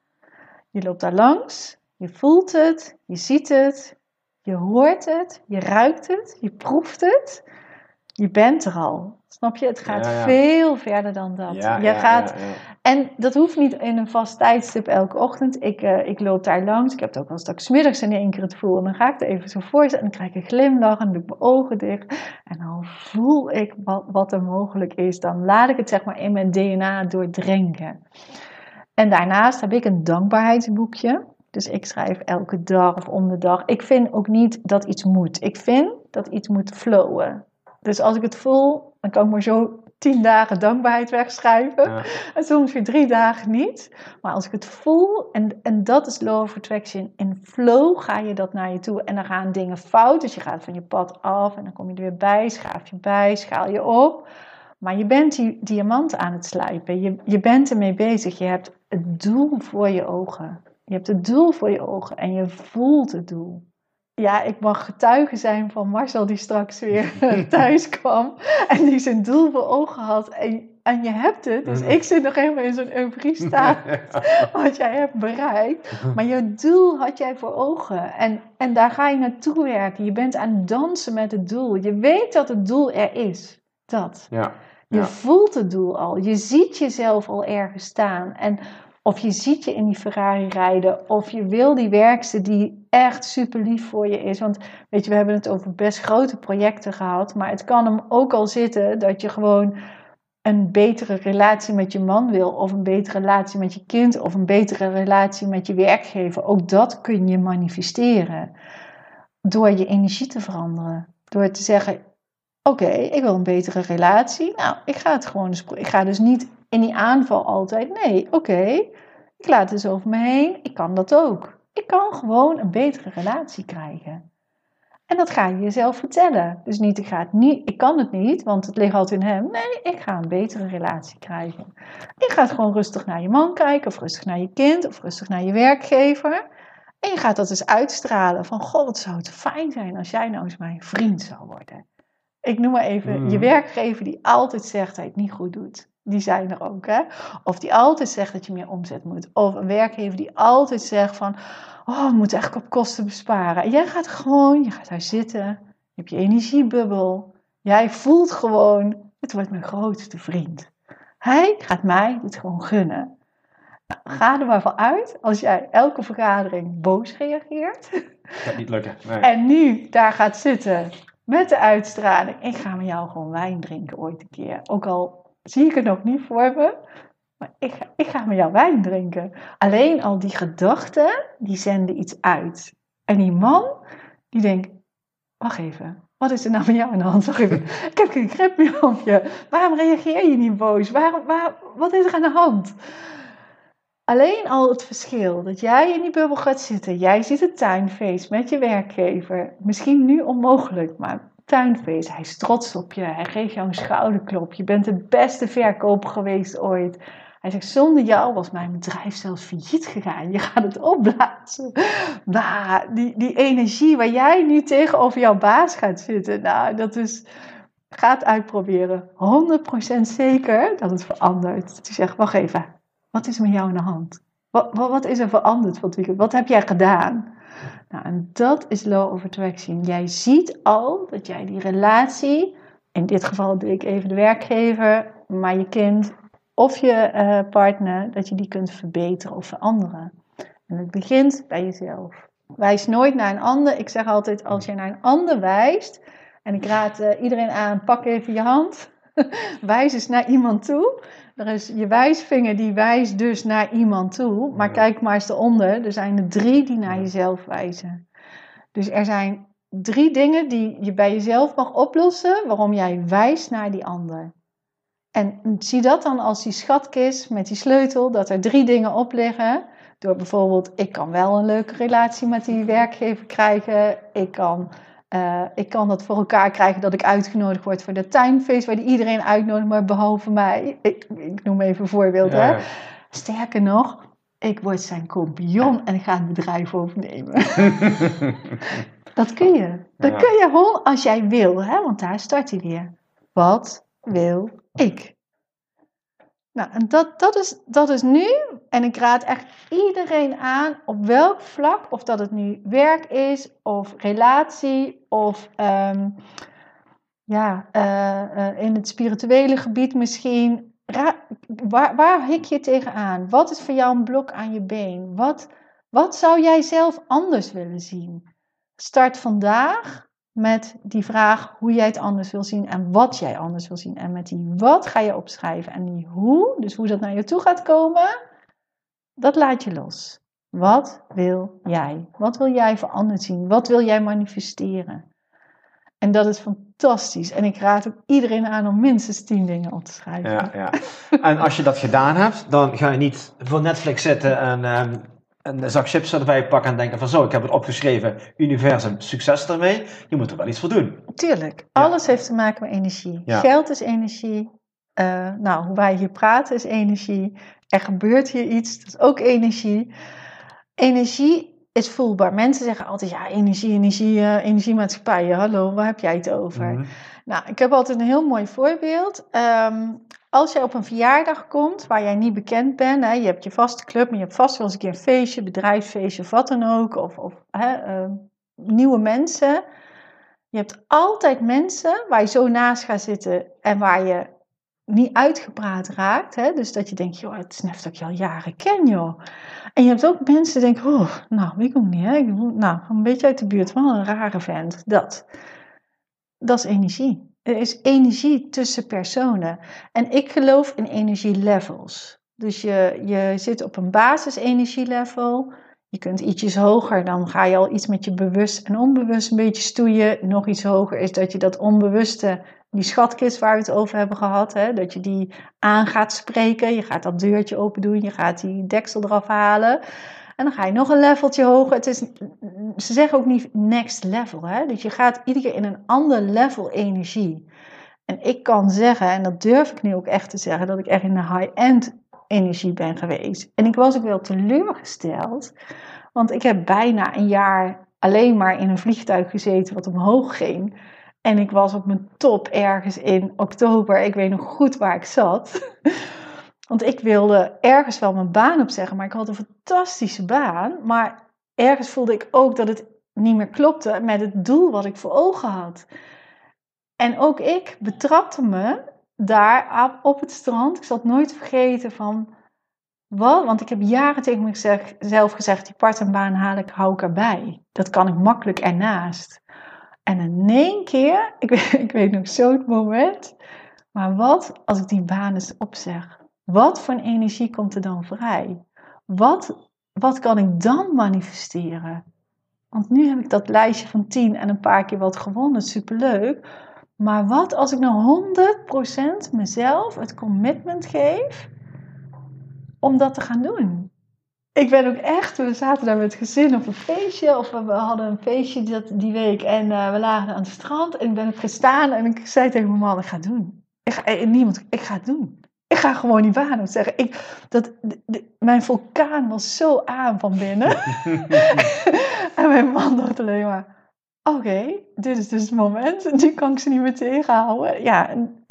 Je loopt daar langs, je voelt het, je ziet het, je hoort het, je ruikt het, je proeft het. Je bent er al. Snap je? Het gaat veel verder dan dat. Ja. En dat hoeft niet in een vast tijdstip elke ochtend. Ik loop daar langs. Ik heb het ook wel eens dat ik 's middags in één keer het voel. En dan ga ik er even zo voor zitten. En dan krijg ik een glimlach. En dan doe ik mijn ogen dicht. En dan voel ik wat er mogelijk is. Dan laat ik het zeg maar in mijn DNA doordrenken. En daarnaast heb ik een dankbaarheidsboekje. Dus ik schrijf elke dag of om de dag. Ik vind ook niet dat iets moet. Ik vind dat iets moet flowen. Dus als ik het voel, dan kan ik maar zo 10 dagen dankbaarheid wegschrijven. Ja. En soms weer 3 dagen niet. Maar als ik het voel, en dat is law of attraction. In flow ga je dat naar je toe. En dan gaan dingen fout. Dus je gaat van je pad af en dan kom je er weer bij. Schaaf je bij, schaal je op. Maar je bent die diamant aan het slijpen. Je bent ermee bezig. Je hebt het doel voor je ogen. Je hebt het doel voor je ogen en je voelt het doel. Ja, ik mag getuige zijn van Marcel die straks weer thuis kwam en die zijn doel voor ogen had. En je hebt het, dus ik zit nog helemaal in zo'n euforie staat wat jij hebt bereikt. Maar je doel had jij voor ogen en daar ga je naartoe werken. Je bent aan het dansen met het doel. Je weet dat het doel er is. Dat. Ja. Je voelt het doel al. Je ziet jezelf al ergens staan. En of je ziet je in die Ferrari rijden. Of je wil die werkster die echt super lief voor je is. Want weet je, we hebben het over best grote projecten gehad. Maar het kan hem ook al zitten dat je gewoon een betere relatie met je man wil. Of een betere relatie met je kind. Of een betere relatie met je werkgever. Ook dat kun je manifesteren. Door je energie te veranderen. Door te zeggen, oké, ik wil een betere relatie. Nou, ik ga het gewoon eens. Ik ga dus niet in die aanval altijd. Nee, oké, ik laat het eens over me heen. Ik kan dat ook. Ik kan gewoon een betere relatie krijgen. En dat ga je jezelf vertellen. Dus niet, ik kan het niet, want het ligt altijd in hem. Nee, ik ga een betere relatie krijgen. Je gaat gewoon rustig naar je man kijken, of rustig naar je kind, of rustig naar je werkgever. En je gaat dat eens uitstralen van, goh, wat zou het fijn zijn als jij nou eens mijn vriend zou worden. Ik noem maar even je werkgever die altijd zegt dat hij het niet goed doet. Die zijn er ook, hè. Of die altijd zegt dat je meer omzet moet. Of een werkgever die altijd zegt van, oh, we moeten eigenlijk op kosten besparen. En jij je gaat daar zitten. Je hebt je energiebubbel. Jij voelt gewoon, het wordt mijn grootste vriend. Hij gaat mij dit gewoon gunnen. Nou, ga er maar van uit, als jij elke vergadering boos reageert. Dat gaat niet lukken, nee. En nu daar gaat zitten met de uitstraling. Ik ga met jou gewoon wijn drinken ooit een keer. Ook al zie ik het nog niet voor me. Maar ik ga met jou wijn drinken. Alleen al die gedachten, die zenden iets uit. En die man, die denkt, wacht even. Wat is er nou met jou aan de hand? Wacht even. Ik heb geen grip meer op je. Waarom reageer je niet boos? Wat is er aan de hand? Alleen al het verschil dat jij in die bubbel gaat zitten. Jij ziet het tuinfeest met je werkgever. Misschien nu onmogelijk, maar tuinfeest. Hij is trots op je. Hij geeft jou een schouderklop. Je bent de beste verkoper geweest ooit. Hij zegt, zonder jou was mijn bedrijf zelfs failliet gegaan. Je gaat het opblazen. Nou, die energie waar jij nu tegenover jouw baas gaat zitten. Nou, dat is... Ga het uitproberen. 100% zeker dat het verandert. Dat je zegt, wacht even. Wat is met jou aan de hand? Wat is er veranderd van het weekend? Wat heb jij gedaan? Nou, en dat is law of attraction. Jij ziet al dat jij die relatie, in dit geval doe ik even de werkgever, maar je kind of je partner, dat je die kunt verbeteren of veranderen. En het begint bij jezelf. Wijs nooit naar een ander. Ik zeg altijd, als je naar een ander wijst, en ik raad iedereen aan, pak even je hand. Wijs is naar iemand toe. Er is je wijsvinger die wijst dus naar iemand toe. Maar kijk maar eens eronder. Er zijn er 3 die naar jezelf wijzen. Dus er zijn 3 dingen die je bij jezelf mag oplossen. Waarom jij wijst naar die ander. En zie dat dan als die schatkist met die sleutel. Dat er 3 dingen op liggen. Door bijvoorbeeld, ik kan wel een leuke relatie met die werkgever krijgen. Ik kan dat voor elkaar krijgen dat ik uitgenodigd word voor de tuinfeest. Waar die iedereen uitnodigt, maar behalve mij. Ik noem even een voorbeeld. Hè. Sterker nog, ik word zijn compagnon en ik ga het bedrijf overnemen. Dat kun je. Dat kun je gewoon als jij wil. Hè? Want daar start hij weer. Wat wil ik? Nou, en dat is nu, en ik raad echt iedereen aan, op welk vlak, of dat het nu werk is, of relatie, of in het spirituele gebied misschien. Waar hik je tegenaan? Wat is voor jou een blok aan je been? Wat zou jij zelf anders willen zien? Start vandaag met die vraag hoe jij het anders wil zien en wat jij anders wil zien. En met die wat ga je opschrijven. En die hoe, dus hoe dat naar je toe gaat komen, dat laat je los. Wat wil jij? Wat wil jij veranderd zien? Wat wil jij manifesteren? En dat is fantastisch. En ik raad ook iedereen aan om minstens 10 dingen op te schrijven. Ja. En als je dat gedaan hebt, dan ga je niet voor Netflix zitten en een zak chips erbij pakken en denken van zo, ik heb het opgeschreven, universum, succes ermee. Je moet er wel iets voor doen. Tuurlijk. Alles heeft te maken met energie. Ja. Geld is energie. Hoe wij hier praten is energie. Er gebeurt hier iets, dat is ook energie. Energie is voelbaar. Mensen zeggen altijd, ja, energiemaatschappijen. Hallo, waar heb jij het over? Mm-hmm. Nou, ik heb altijd een heel mooi voorbeeld. Als jij op een verjaardag komt waar jij niet bekend bent, je hebt je vaste club, maar je hebt vast wel eens een keer een feestje, bedrijfsfeestje of wat dan ook, nieuwe mensen. Je hebt altijd mensen waar je zo naast gaat zitten en waar je niet uitgepraat raakt. Hè? Dus dat je denkt, joh, het is net dat ik je al jaren ken, joh. En je hebt ook mensen die denken, weet ik ook niet. Hè? Een beetje uit de buurt, wel een rare vent. Dat is energie. Er is energie tussen personen. En ik geloof in energielevels. Dus je zit op een basisenergielevel. Je kunt ietsjes hoger, dan ga je al iets met je bewust en onbewust een beetje stoeien. Nog iets hoger is dat je dat onbewuste, die schatkist waar we het over hebben gehad, dat je die aan gaat spreken. Je gaat dat deurtje open doen, je gaat die deksel eraf halen. En dan ga je nog een leveltje hoger. Ze zeggen ook niet next level. Hè? Dus je gaat iedere keer in een ander level energie. En ik kan zeggen, en dat durf ik nu ook echt te zeggen, dat ik echt in de high-end energie ben geweest. En ik was ook wel teleurgesteld. Want ik heb bijna een jaar alleen maar in een vliegtuig gezeten wat omhoog ging. En ik was op mijn top ergens in oktober. Ik weet nog goed waar ik zat. Want ik wilde ergens wel mijn baan opzeggen, maar ik had een fantastische baan. Maar ergens voelde ik ook dat het niet meer klopte met het doel wat ik voor ogen had. En ook ik betrapte me daar op het strand. Ik zal het nooit vergeten van, wat? Want ik heb jaren tegen mezelf gezegd, die part-time baan hou ik erbij. Dat kan ik makkelijk ernaast. En in één keer, ik weet nog zo het moment, maar wat als ik die baan eens opzeg? Wat voor een energie komt er dan vrij? Wat kan ik dan manifesteren? Want nu heb ik dat lijstje van 10 en een paar keer wat gewonnen, superleuk. Maar wat als ik nou 100% mezelf het commitment geef om dat te gaan doen? Ik ben ook echt, we zaten daar met het gezin op een feestje, of we hadden een feestje die week en we lagen aan het strand. En ik ben ook gestaan en ik zei tegen mijn man, ik ga het doen. Ik ga het doen. Ik ga gewoon die baan opzeggen. Mijn vulkaan was zo aan van binnen. En mijn man dacht alleen maar, oké, dit is dus het moment. Nu kan ik ze niet meer tegenhouden. Ja,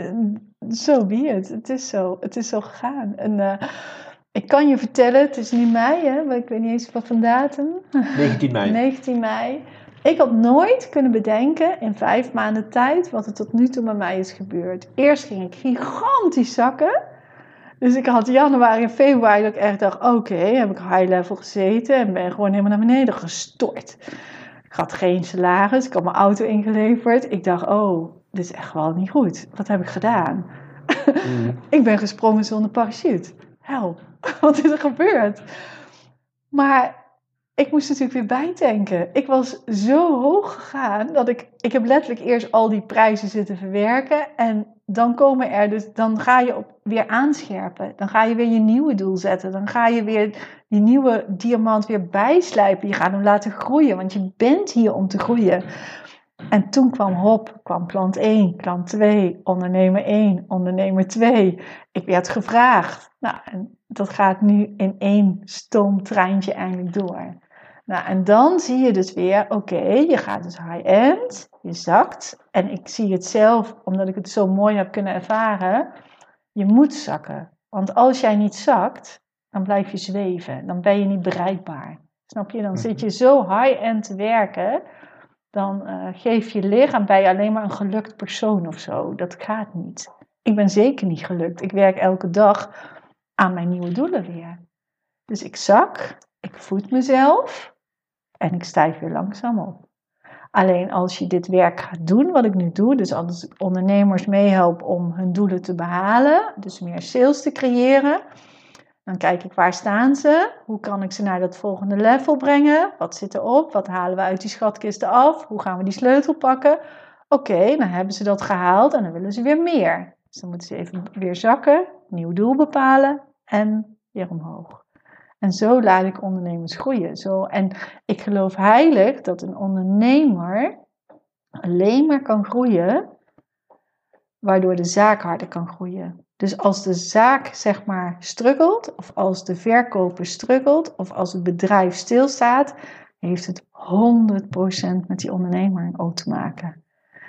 so be it. Het is zo gegaan. En ik kan je vertellen, het is nu mei, hè? Maar ik weet niet eens wat voor datum. 19 mei. 19 mei. Ik had nooit kunnen bedenken in 5 maanden tijd wat er tot nu toe met mij is gebeurd. Eerst ging ik gigantisch zakken. Dus ik had januari en februari dat ik echt dacht, oké, heb ik high level gezeten en ben gewoon helemaal naar beneden gestort. Ik had geen salaris, ik had mijn auto ingeleverd. Ik dacht, dit is echt wel niet goed. Wat heb ik gedaan? Ik ben gesprongen zonder parachute. Help, wat is er gebeurd? Maar ik moest natuurlijk weer bijtanken. Ik was zo hoog gegaan dat ik heb letterlijk eerst al die prijzen zitten verwerken. En dan komen er dus, dan ga je weer aanscherpen. Dan ga je weer je nieuwe doel zetten. Dan ga je weer die nieuwe diamant weer bijslijpen. Je gaat hem laten groeien, want je bent hier om te groeien. En toen kwam klant 1, klant 2, ondernemer 1, ondernemer 2. Ik werd gevraagd. Nou, en dat gaat nu in één stoomtreintje eindelijk door. Nou, en dan zie je dus weer, oké, je gaat dus high-end, je zakt. En ik zie het zelf, omdat ik het zo mooi heb kunnen ervaren, je moet zakken. Want als jij niet zakt, dan blijf je zweven. Dan ben je niet bereikbaar. Snap je? Dan zit je zo high-end te werken, dan geef je lichaam, ben je alleen maar een gelukt persoon of zo. Dat gaat niet. Ik ben zeker niet gelukt. Ik werk elke dag aan mijn nieuwe doelen weer. Dus ik zak, ik voed mezelf en ik stijg weer langzaam op. Alleen als je dit werk gaat doen, wat ik nu doe, dus als ik ondernemers meehelp om hun doelen te behalen, dus meer sales te creëren, dan kijk ik waar staan ze, hoe kan ik ze naar dat volgende level brengen, wat zit erop, wat halen we uit die schatkisten af, hoe gaan we die sleutel pakken. Oké, dan hebben ze dat gehaald en dan willen ze weer meer. Dus dan moeten ze even weer zakken, nieuw doel bepalen en weer omhoog. En zo laat ik ondernemers groeien. En ik geloof heilig dat een ondernemer alleen maar kan groeien, waardoor de zaak harder kan groeien. Dus als de zaak zeg maar struggelt, of als de verkoper struggelt, of als het bedrijf stilstaat, heeft het 100% met die ondernemer ook te maken.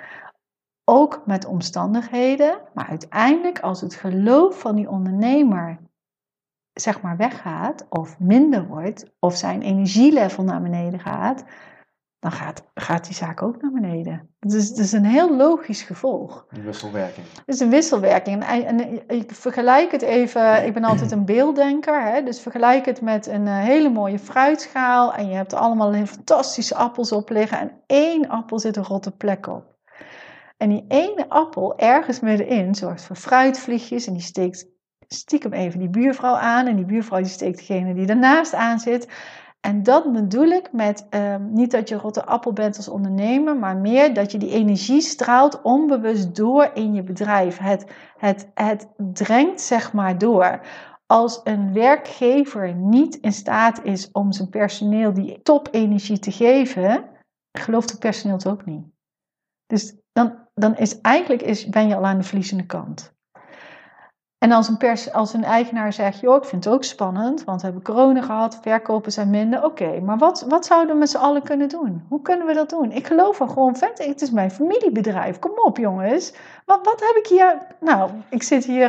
Ook met omstandigheden, maar uiteindelijk als het geloof van die ondernemer zeg maar weggaat, of minder wordt, of zijn energielevel naar beneden gaat, dan gaat die zaak ook naar beneden. Dus het is een heel logisch gevolg. Een wisselwerking. Het is een wisselwerking. En ik vergelijk het even, ik ben altijd een beelddenker, hè? Dus vergelijk het met een hele mooie fruitschaal en je hebt er allemaal fantastische appels op liggen en één appel zit een rotte plek op. En die ene appel ergens middenin zorgt voor fruitvliegjes en die steekt stiekem even die buurvrouw aan en die buurvrouw die steekt degene die ernaast aan zit. En dat bedoel ik met niet dat je rotte appel bent als ondernemer, maar meer dat je die energie straalt onbewust door in je bedrijf. Het dringt zeg maar door. Als een werkgever niet in staat is om zijn personeel die topenergie te geven, gelooft het personeel het ook niet. Dus dan ben je al aan de verliezende kant. En als een eigenaar zegt, joh, ik vind het ook spannend, want we hebben corona gehad, verkopen zijn minder. Oké, maar wat zouden we met z'n allen kunnen doen? Hoe kunnen we dat doen? Ik geloof er gewoon vet, het is mijn familiebedrijf. Kom op jongens, wat heb ik hier? Nou, ik zit hier,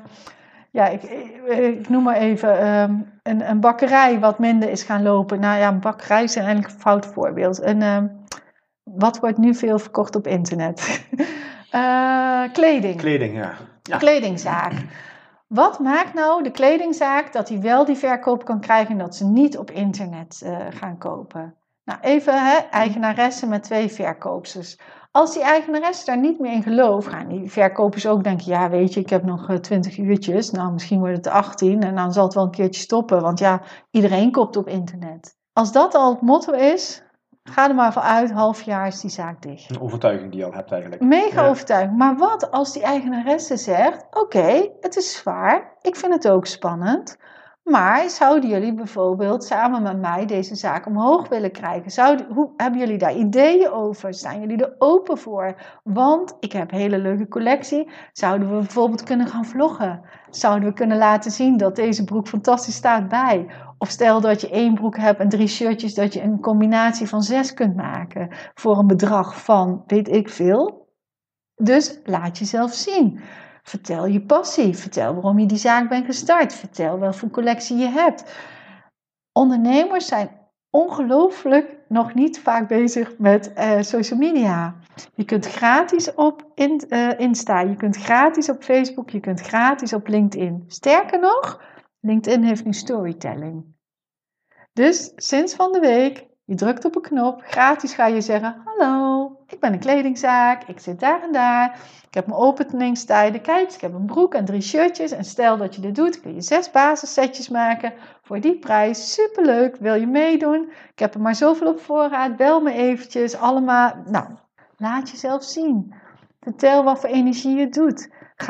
ik noem maar even een bakkerij wat minder is gaan lopen. Nou ja, een bakkerij is eigenlijk een fout voorbeeld. Wat wordt nu veel verkocht op internet? Kleding. Kleding, ja. Kledingzaak. Wat maakt nou de kledingzaak dat hij wel die verkoop kan krijgen en dat ze niet op internet gaan kopen? Nou, even eigenaressen met 2 verkoopsters. Als die eigenaressen daar niet meer in geloven, gaan die verkopers ook denken, ja weet je, ik heb nog 20 uurtjes, nou misschien wordt het 18 en dan zal het wel een keertje stoppen, want ja, iedereen koopt op internet. Als dat al het motto is, ga er maar vanuit, half jaar is die zaak dicht. Een overtuiging die je al hebt eigenlijk. Mega overtuiging. Maar wat als die eigenaresse zegt, oké, het is zwaar, ik vind het ook spannend, maar zouden jullie bijvoorbeeld samen met mij deze zaak omhoog willen krijgen? Hebben jullie daar ideeën over? Staan jullie er open voor? Want ik heb een hele leuke collectie. Zouden we bijvoorbeeld kunnen gaan vloggen? Zouden we kunnen laten zien dat deze broek fantastisch staat bij? Of stel dat je 1 broek hebt en 3 shirtjes, dat je een combinatie van 6 kunt maken voor een bedrag van weet ik veel. Dus laat jezelf zien. Vertel je passie. Vertel waarom je die zaak bent gestart. Vertel welke collectie je hebt. Ondernemers zijn ongelooflijk nog niet vaak bezig met social media. Je kunt gratis op Insta, je kunt gratis op Facebook, je kunt gratis op LinkedIn. Sterker nog, LinkedIn heeft nu storytelling. Dus sinds van de week, je drukt op een knop, gratis ga je zeggen, hallo, Ik ben een kledingzaak, ik zit daar en daar. Ik heb mijn openingstijden. Kijk, ik heb een broek en 3 shirtjes. En stel dat je dit doet, kun je 6 basissetjes maken voor die prijs. Superleuk, wil je meedoen? Ik heb er maar zoveel op voorraad. Bel me eventjes, allemaal. Nou, laat jezelf zien. Vertel wat voor energie je doet.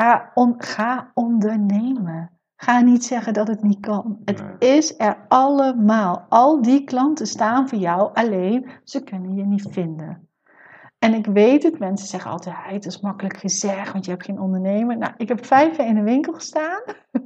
Ga ondernemen. Ga niet zeggen dat het niet kan. Het is er allemaal. Al die klanten staan voor jou, alleen ze kunnen je niet vinden. En ik weet het, mensen zeggen altijd, het is makkelijk gezegd, want je hebt geen ondernemer. Nou, ik heb 5 jaar in de winkel gestaan.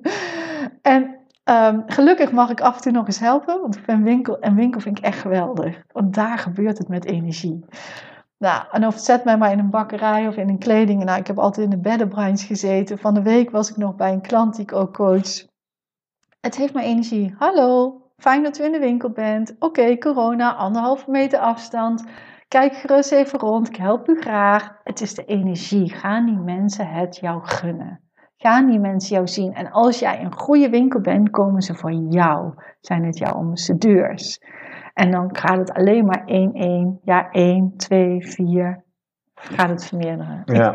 En gelukkig mag ik af en toe nog eens helpen, want ik vind winkel vind ik echt geweldig. Want daar gebeurt het met energie. Nou, en of het zet mij maar in een bakkerij of in een kleding. Nou, ik heb altijd in de beddenbranche gezeten. Van de week was ik nog bij een klant die ik ook coach. Het heeft mijn energie. Hallo, fijn dat u in de winkel bent. Oké, corona, 1,5 meter afstand. Kijk gerust even rond, ik help u graag. Het is de energie. Gaan die mensen het jou gunnen? Gaan die mensen jou zien? En als jij een goede winkel bent, komen ze voor jou. Zijn het jouw ambassadeurs? En dan gaat het alleen maar 1, ja 1, 2, 4, gaat het vermeerderen. Ja.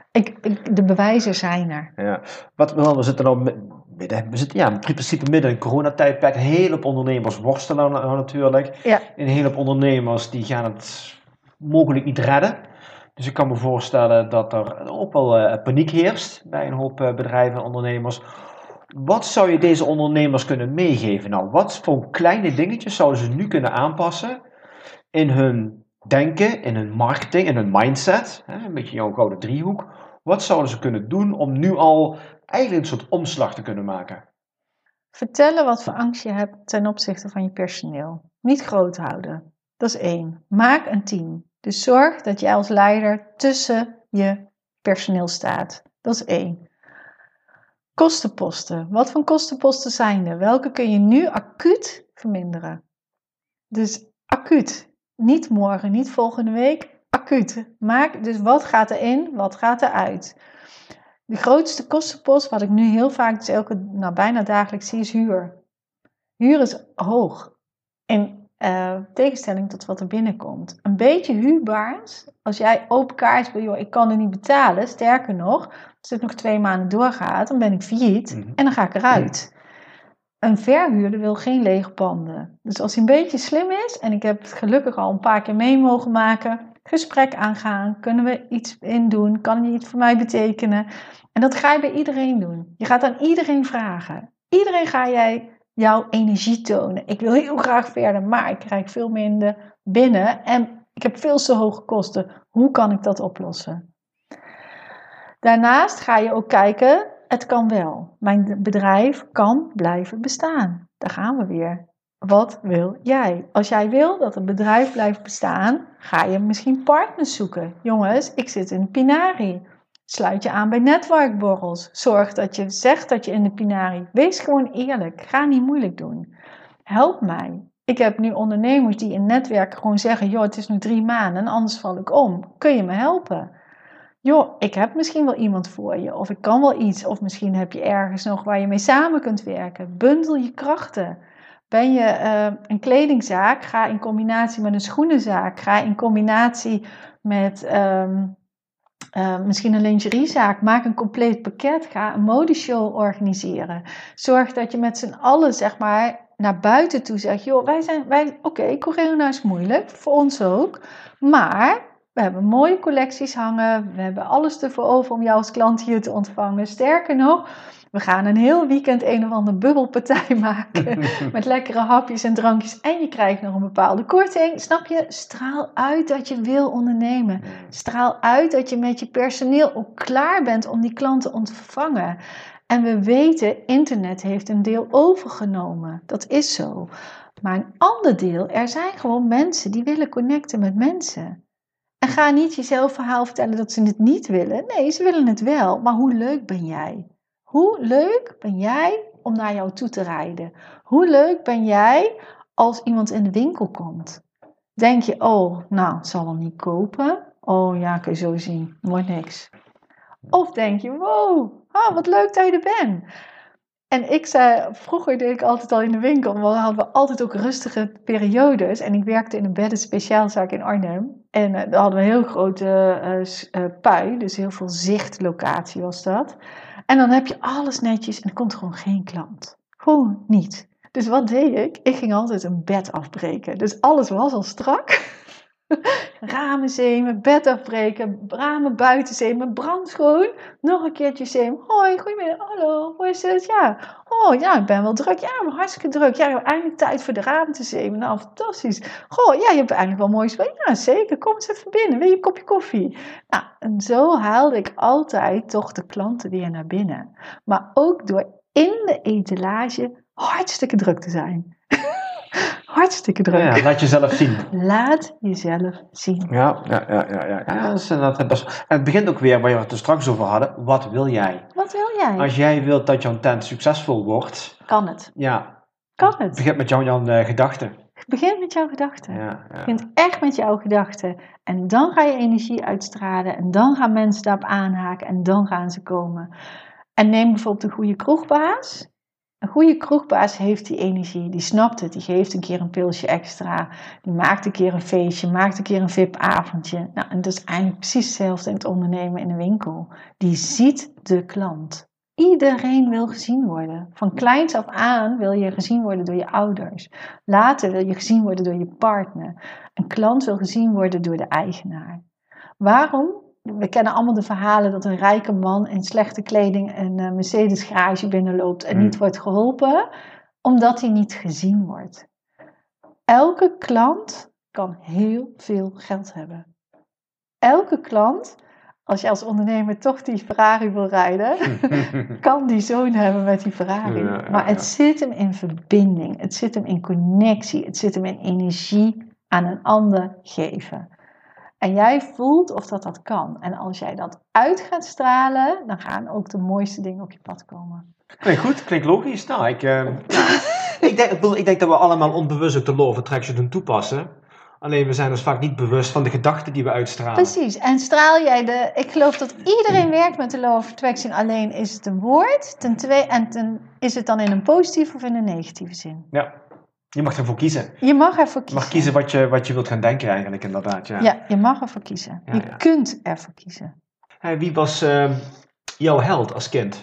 De bewijzen zijn er. Ja. We zitten nou midden, in principe midden in een coronatijdperk. Een hele hoop ondernemers worstelen nou natuurlijk. Ja. Een hele hoop ondernemers die gaan het mogelijk niet redden. Dus ik kan me voorstellen dat er ook wel paniek heerst bij een hoop bedrijven en ondernemers. Wat zou je deze ondernemers kunnen meegeven? Nou, wat voor kleine dingetjes zouden ze nu kunnen aanpassen in hun denken, in hun marketing, in hun mindset? Een beetje jouw gouden driehoek. Wat zouden ze kunnen doen om nu al eigenlijk een soort omslag te kunnen maken? Vertellen wat voor angst je hebt ten opzichte van je personeel. Niet groot houden. Dat is 1. Maak een team. Dus zorg dat jij als leider tussen je personeel staat. Dat is 1. Kostenposten. Wat voor kostenposten zijn er? Welke kun je nu acuut verminderen? Dus acuut. Niet morgen, niet volgende week. Acuut. Maak dus wat gaat er in, wat gaat er uit. De grootste kostenpost, wat ik nu heel vaak, dus bijna dagelijks zie, is huur. Huur is hoog. In tegenstelling tot wat er binnenkomt. Een beetje huurbaars. Als jij open kaart wil, ik kan er niet betalen. Sterker nog, als het nog 2 maanden doorgaat, dan ben ik failliet en dan ga ik eruit. Een verhuurder wil geen lege panden. Dus als hij een beetje slim is, en ik heb het gelukkig al een paar keer mee mogen maken, gesprek aangaan, kunnen we iets in doen, kan je iets voor mij betekenen? En dat ga je bij iedereen doen. Je gaat aan iedereen vragen. Iedereen ga jij jouw energie tonen. Ik wil heel graag verder, maar ik krijg veel minder binnen en ik heb veel te hoge kosten. Hoe kan ik dat oplossen? Daarnaast ga je ook kijken, het kan wel. Mijn bedrijf kan blijven bestaan. Daar gaan we weer. Wat wil jij? Als jij wil dat een bedrijf blijft bestaan, ga je misschien partners zoeken. Jongens, ik zit in Pinari. Sluit je aan bij netwerkborrels. Zorg dat je zegt dat je in de Pinari. Wees gewoon eerlijk. Ga niet moeilijk doen. Help mij. Ik heb nu ondernemers die in netwerk gewoon zeggen, joh, het is nu 3 maanden en anders val ik om. Kun je me helpen? Joh, ik heb misschien wel iemand voor je. Of ik kan wel iets. Of misschien heb je ergens nog waar je mee samen kunt werken. Bundel je krachten. Ben je een kledingzaak? Ga in combinatie met een schoenenzaak. Ga in combinatie met misschien een lingeriezaak. Maak een compleet pakket. Ga een modeshow organiseren. Zorg dat je met z'n allen, zeg maar, naar buiten toe zegt, joh, oké, corona is moeilijk. Voor ons ook. Maar we hebben mooie collecties hangen. We hebben alles ervoor over om jou als klant hier te ontvangen. Sterker nog, we gaan een heel weekend een of andere bubbelpartij maken. Met lekkere hapjes en drankjes. En je krijgt nog een bepaalde korting. Snap je? Straal uit dat je wil ondernemen. Straal uit dat je met je personeel ook klaar bent om die klanten te ontvangen. En we weten, internet heeft een deel overgenomen. Dat is zo. Maar een ander deel, er zijn gewoon mensen die willen connecten met mensen. En ga niet jezelf verhaal vertellen dat ze het niet willen. Nee, ze willen het wel. Maar hoe leuk ben jij? Hoe leuk ben jij om naar jou toe te rijden? Hoe leuk ben jij als iemand in de winkel komt? Denk je, oh, nou, zal hem niet kopen. Oh ja, kun je zo zien. Wordt niks. Of denk je, wow, wat leuk dat je er bent. En ik zei, vroeger deed ik altijd al in de winkel. Want we hadden altijd ook rustige periodes. En ik werkte in een bedden speciaalzaak in Arnhem. En daar hadden we een heel grote pui, dus heel veel zichtlocatie was dat. En dan heb je alles netjes en er komt gewoon geen klant. Gewoon niet. Dus wat deed ik? Ik ging altijd een bed afbreken. Dus alles was al strak. Ramen zeemen, bed afbreken, ramen buiten zeemen, brandschoon. Nog een keertje zeemen. Hoi, goedemiddag, hallo, hoe is het? Ja, oh ja, ik ben wel druk. Ja, ik ben hartstikke druk. Ja, je hebt eindelijk tijd voor de ramen te zeemen. Nou, fantastisch. Goh, ja, je hebt eindelijk wel mooi spel. Ja, zeker, kom eens even binnen. Wil je een kopje koffie? Nou, en zo haalde ik altijd toch de klanten weer naar binnen. Maar ook door in de etalage hartstikke druk te zijn. Hartstikke druk. Ja, laat jezelf zien. Laat jezelf zien. Ja, dat is inderdaad best. En het begint ook weer waar we het er straks over hadden. Wat wil jij? Wat wil jij? Als jij wilt dat jouw tent succesvol wordt, Kan het? ja, Kan het? begint met jouw gedachten. Begin met jouw gedachten. Ja. Begint echt met jouw gedachten. En dan ga je energie uitstralen. En dan gaan mensen daarop aanhaken. En dan gaan ze komen. En neem bijvoorbeeld een goede kroegbaas. Een goede kroegbaas heeft die energie. Die snapt het. Die geeft een keer een pilsje extra. Die maakt een keer een feestje. Maakt een keer een VIP-avondje. Nou, en dat is eigenlijk precies hetzelfde in het ondernemen in een winkel. Die ziet de klant. Iedereen wil gezien worden. Van kleins af aan wil je gezien worden door je ouders. Later wil je gezien worden door je partner. Een klant wil gezien worden door de eigenaar. Waarom? We kennen allemaal de verhalen dat een rijke man in slechte kleding een Mercedes garage binnenloopt en niet wordt geholpen, omdat hij niet gezien wordt. Elke klant kan heel veel geld hebben. Elke klant, als je als ondernemer toch die Ferrari wil rijden, kan die zoon hebben met die Ferrari. Maar het zit hem in verbinding, het zit hem in connectie, het zit hem in energie aan een ander geven. En jij voelt of dat kan. En als jij dat uit gaat stralen, dan gaan ook de mooiste dingen op je pad komen. Klinkt goed, klinkt logisch. Nou, ik denk dat we allemaal onbewust ook de law of attraction doen toepassen. Alleen we zijn ons vaak niet bewust van de gedachten die we uitstralen. Precies. En straal jij ik geloof dat iedereen werkt met de law of attraction. Alleen is het een woord. Is het dan in een positieve of in een negatieve zin? Ja. Je mag ervoor kiezen. Je mag ervoor kiezen. Je mag kiezen wat je wilt gaan denken eigenlijk inderdaad. Ja, je mag ervoor kiezen. Je kunt ervoor kiezen. Hey, wie was jouw held als kind?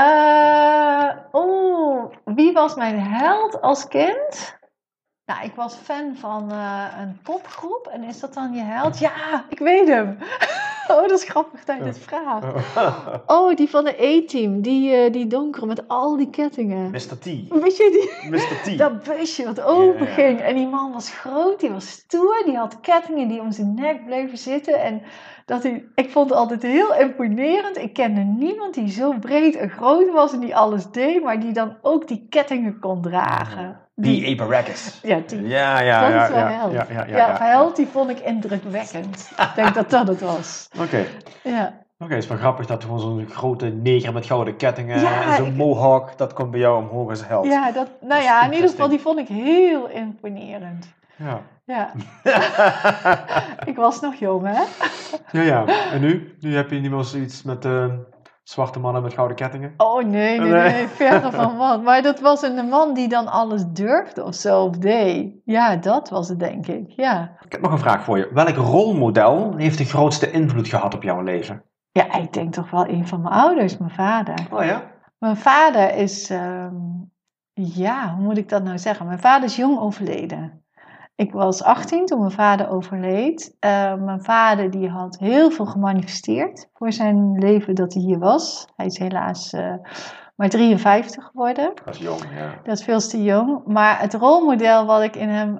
Wie was mijn held als kind? Nou, ik was fan van een popgroep. En is dat dan je held? Ja, ik weet hem. Oh, dat is grappig dat je dit vraagt. Oh, die van de A-team. Die donkere met al die kettingen. Mr. T. Weet je die? Mr. T. Dat busje wat open ging. En die man was groot, die was stoer. Die had kettingen die om zijn nek bleven zitten. En ik vond het altijd heel imponerend. Ik kende niemand die zo breed en groot was en die alles deed. Maar die dan ook die kettingen kon dragen. Die Abaracus. Ja, die. Dat is wel held. Held, die vond ik indrukwekkend. Ik denk dat dat het was. Oké. Ja. Oké, het is wel grappig dat gewoon zo'n grote neger met gouden kettingen en zo'n mohawk, dat komt bij jou omhoog als held. Ja, in ieder geval, die vond ik heel imponerend. Ja. Ik was nog jong, hè? Ja. En nu? Nu heb je niet meer zoiets met zwarte mannen met gouden kettingen? Oh nee, verre van wat. Maar dat was een man die dan alles durfde of zo, of deed. Ja, dat was het, denk ik, ja. Ik heb nog een vraag voor je. Welk rolmodel heeft de grootste invloed gehad op jouw leven? Ja, ik denk toch wel een van mijn ouders, mijn vader. Oh ja? Mijn vader is, hoe moet ik dat nou zeggen? Mijn vader is jong overleden. Ik was 18 toen mijn vader overleed. Mijn vader die had heel veel gemanifesteerd voor zijn leven dat hij hier was. Hij is helaas maar 53 geworden. Dat is jong, ja. Dat is veel te jong. Maar het rolmodel wat ik in hem...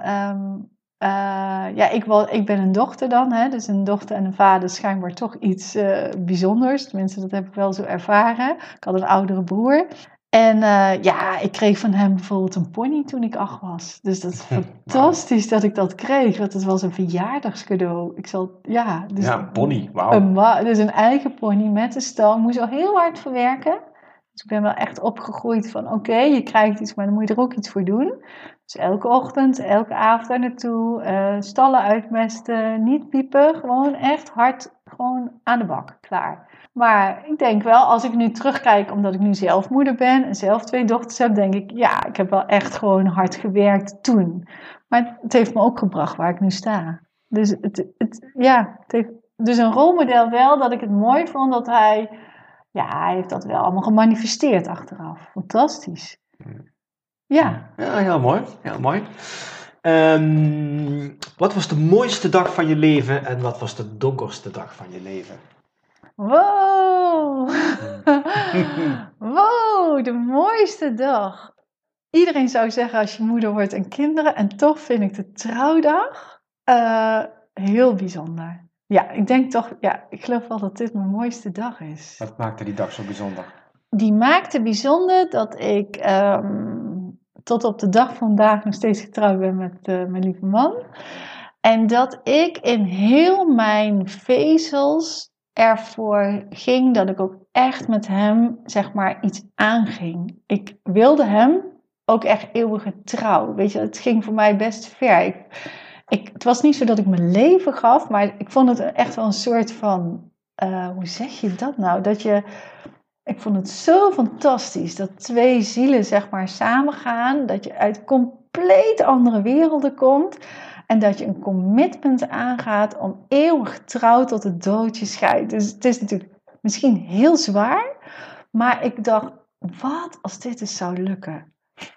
ik ben een dochter dan. Hè? Dus een dochter en een vader is schijnbaar toch iets bijzonders. Tenminste, dat heb ik wel zo ervaren. Ik had een oudere broer. En ik kreeg van hem bijvoorbeeld een pony toen ik 8 was. Dus dat is fantastisch dat ik dat kreeg. Want het was een verjaardagscadeau. Een pony, wauw. Dus een eigen pony met een stal. Ik moest al heel hard voor werken. Dus ik ben wel echt opgegroeid van oké, je krijgt iets, maar dan moet je er ook iets voor doen. Dus elke ochtend, elke avond daar naartoe. Stallen uitmesten, niet piepen. Gewoon echt hard, gewoon aan de bak, klaar. Maar ik denk wel, als ik nu terugkijk, omdat ik nu zelf moeder ben en zelf 2 dochters heb, denk ik, ja, ik heb wel echt gewoon hard gewerkt toen. Maar het heeft me ook gebracht waar ik nu sta. Dus het heeft dus een rolmodel wel dat ik het mooi vond dat hij heeft dat wel allemaal gemanifesteerd achteraf. Fantastisch. Ja. Ja, heel mooi. Heel mooi. Wat was de mooiste dag van je leven en wat was de donkerste dag van je leven? Wow. Wow, de mooiste dag. Iedereen zou zeggen als je moeder wordt en kinderen. En toch vind ik de trouwdag heel bijzonder. Ja, ik denk toch, ik geloof wel dat dit mijn mooiste dag is. Wat maakte die dag zo bijzonder? Die maakte bijzonder dat ik tot op de dag van vandaag nog steeds getrouwd ben met mijn lieve man. En dat ik in heel mijn vezels ervoor ging dat ik ook echt met hem, zeg maar, iets aanging. Ik wilde hem ook echt eeuwige trouw. Weet je, het ging voor mij best ver. Het was niet zo dat ik mijn leven gaf, maar ik vond het echt wel een soort van, hoe zeg je dat nou? Ik vond het zo fantastisch dat twee zielen, zeg maar, samengaan. Dat je uit compleet andere werelden komt. En dat je een commitment aangaat om eeuwig trouw tot de dood je scheidt. Dus het is natuurlijk misschien heel zwaar. Maar ik dacht, wat als dit dus zou lukken?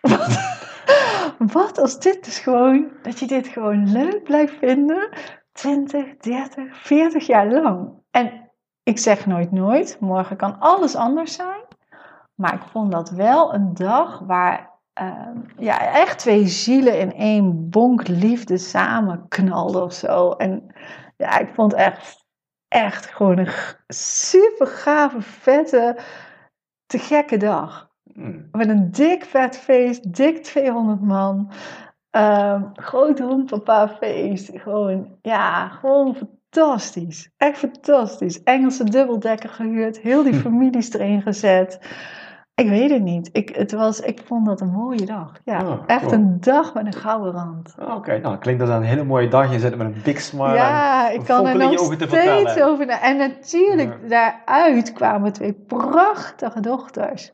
Wat als dit dus gewoon, dat je dit gewoon leuk blijft vinden. 20, 30, 40 jaar lang. En ik zeg nooit nooit, morgen kan alles anders zijn. Maar ik vond dat wel een dag waar echt twee zielen in één bonk liefde samen knalden of zo. En ja, ik vond echt gewoon een super gave, vette, te gekke dag. Met een dik vet feest, dik 200 man. Groot hoenpapa feest. Gewoon fantastisch. Echt fantastisch. Engelse dubbeldekker gehuurd. Heel die families erin gezet. Ik weet het niet. Ik vond dat een mooie dag. Ja, echt een dag met een gouden rand. Oké, nou klinkt dat een hele mooie dag. Je zit met een big smile. Ja, ik kan er nog steeds over. En natuurlijk, daaruit kwamen twee prachtige dochters.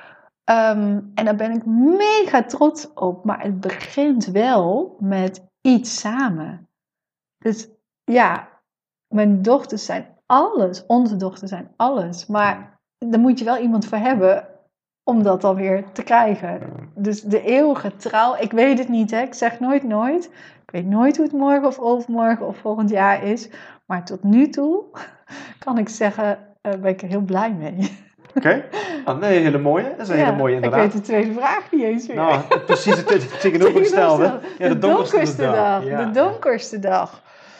En daar ben ik mega trots op. Maar het begint wel met iets samen. Dus ja, mijn dochters zijn alles. Onze dochters zijn alles. Maar daar moet je wel iemand voor hebben om dat dan weer te krijgen. Dus de eeuwige trouw, ik weet het niet, hè. Ik zeg nooit. Ik weet nooit hoe het morgen of overmorgen of volgend jaar is. Maar tot nu toe kan ik zeggen, ben ik er heel blij mee. Oké. Nee, hele mooie. Dat is een hele mooie inderdaad. Ik weet de tweede vraag niet eens meer. Nou, precies het tegenovergestelde. Ja, de donkerste dag. Ja. De donkerste dag.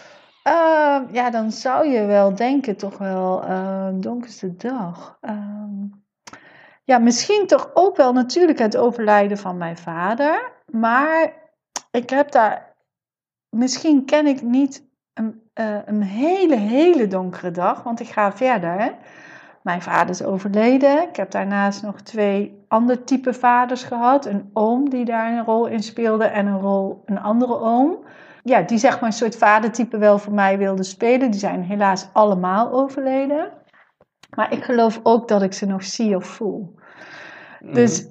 Dan zou je wel denken, toch wel, donkerste dag. Misschien toch ook wel natuurlijk het overlijden van mijn vader. Maar ik heb misschien ken ik niet een hele donkere dag, want ik ga verder. Hè. Mijn vader is overleden. Ik heb daarnaast nog 2 ander type vaders gehad. Een oom die daar een rol in speelde en een andere oom. Ja, die zeg maar een soort vadertype wel voor mij wilde spelen. Die zijn helaas allemaal overleden. Maar ik geloof ook dat ik ze nog zie of voel. Dus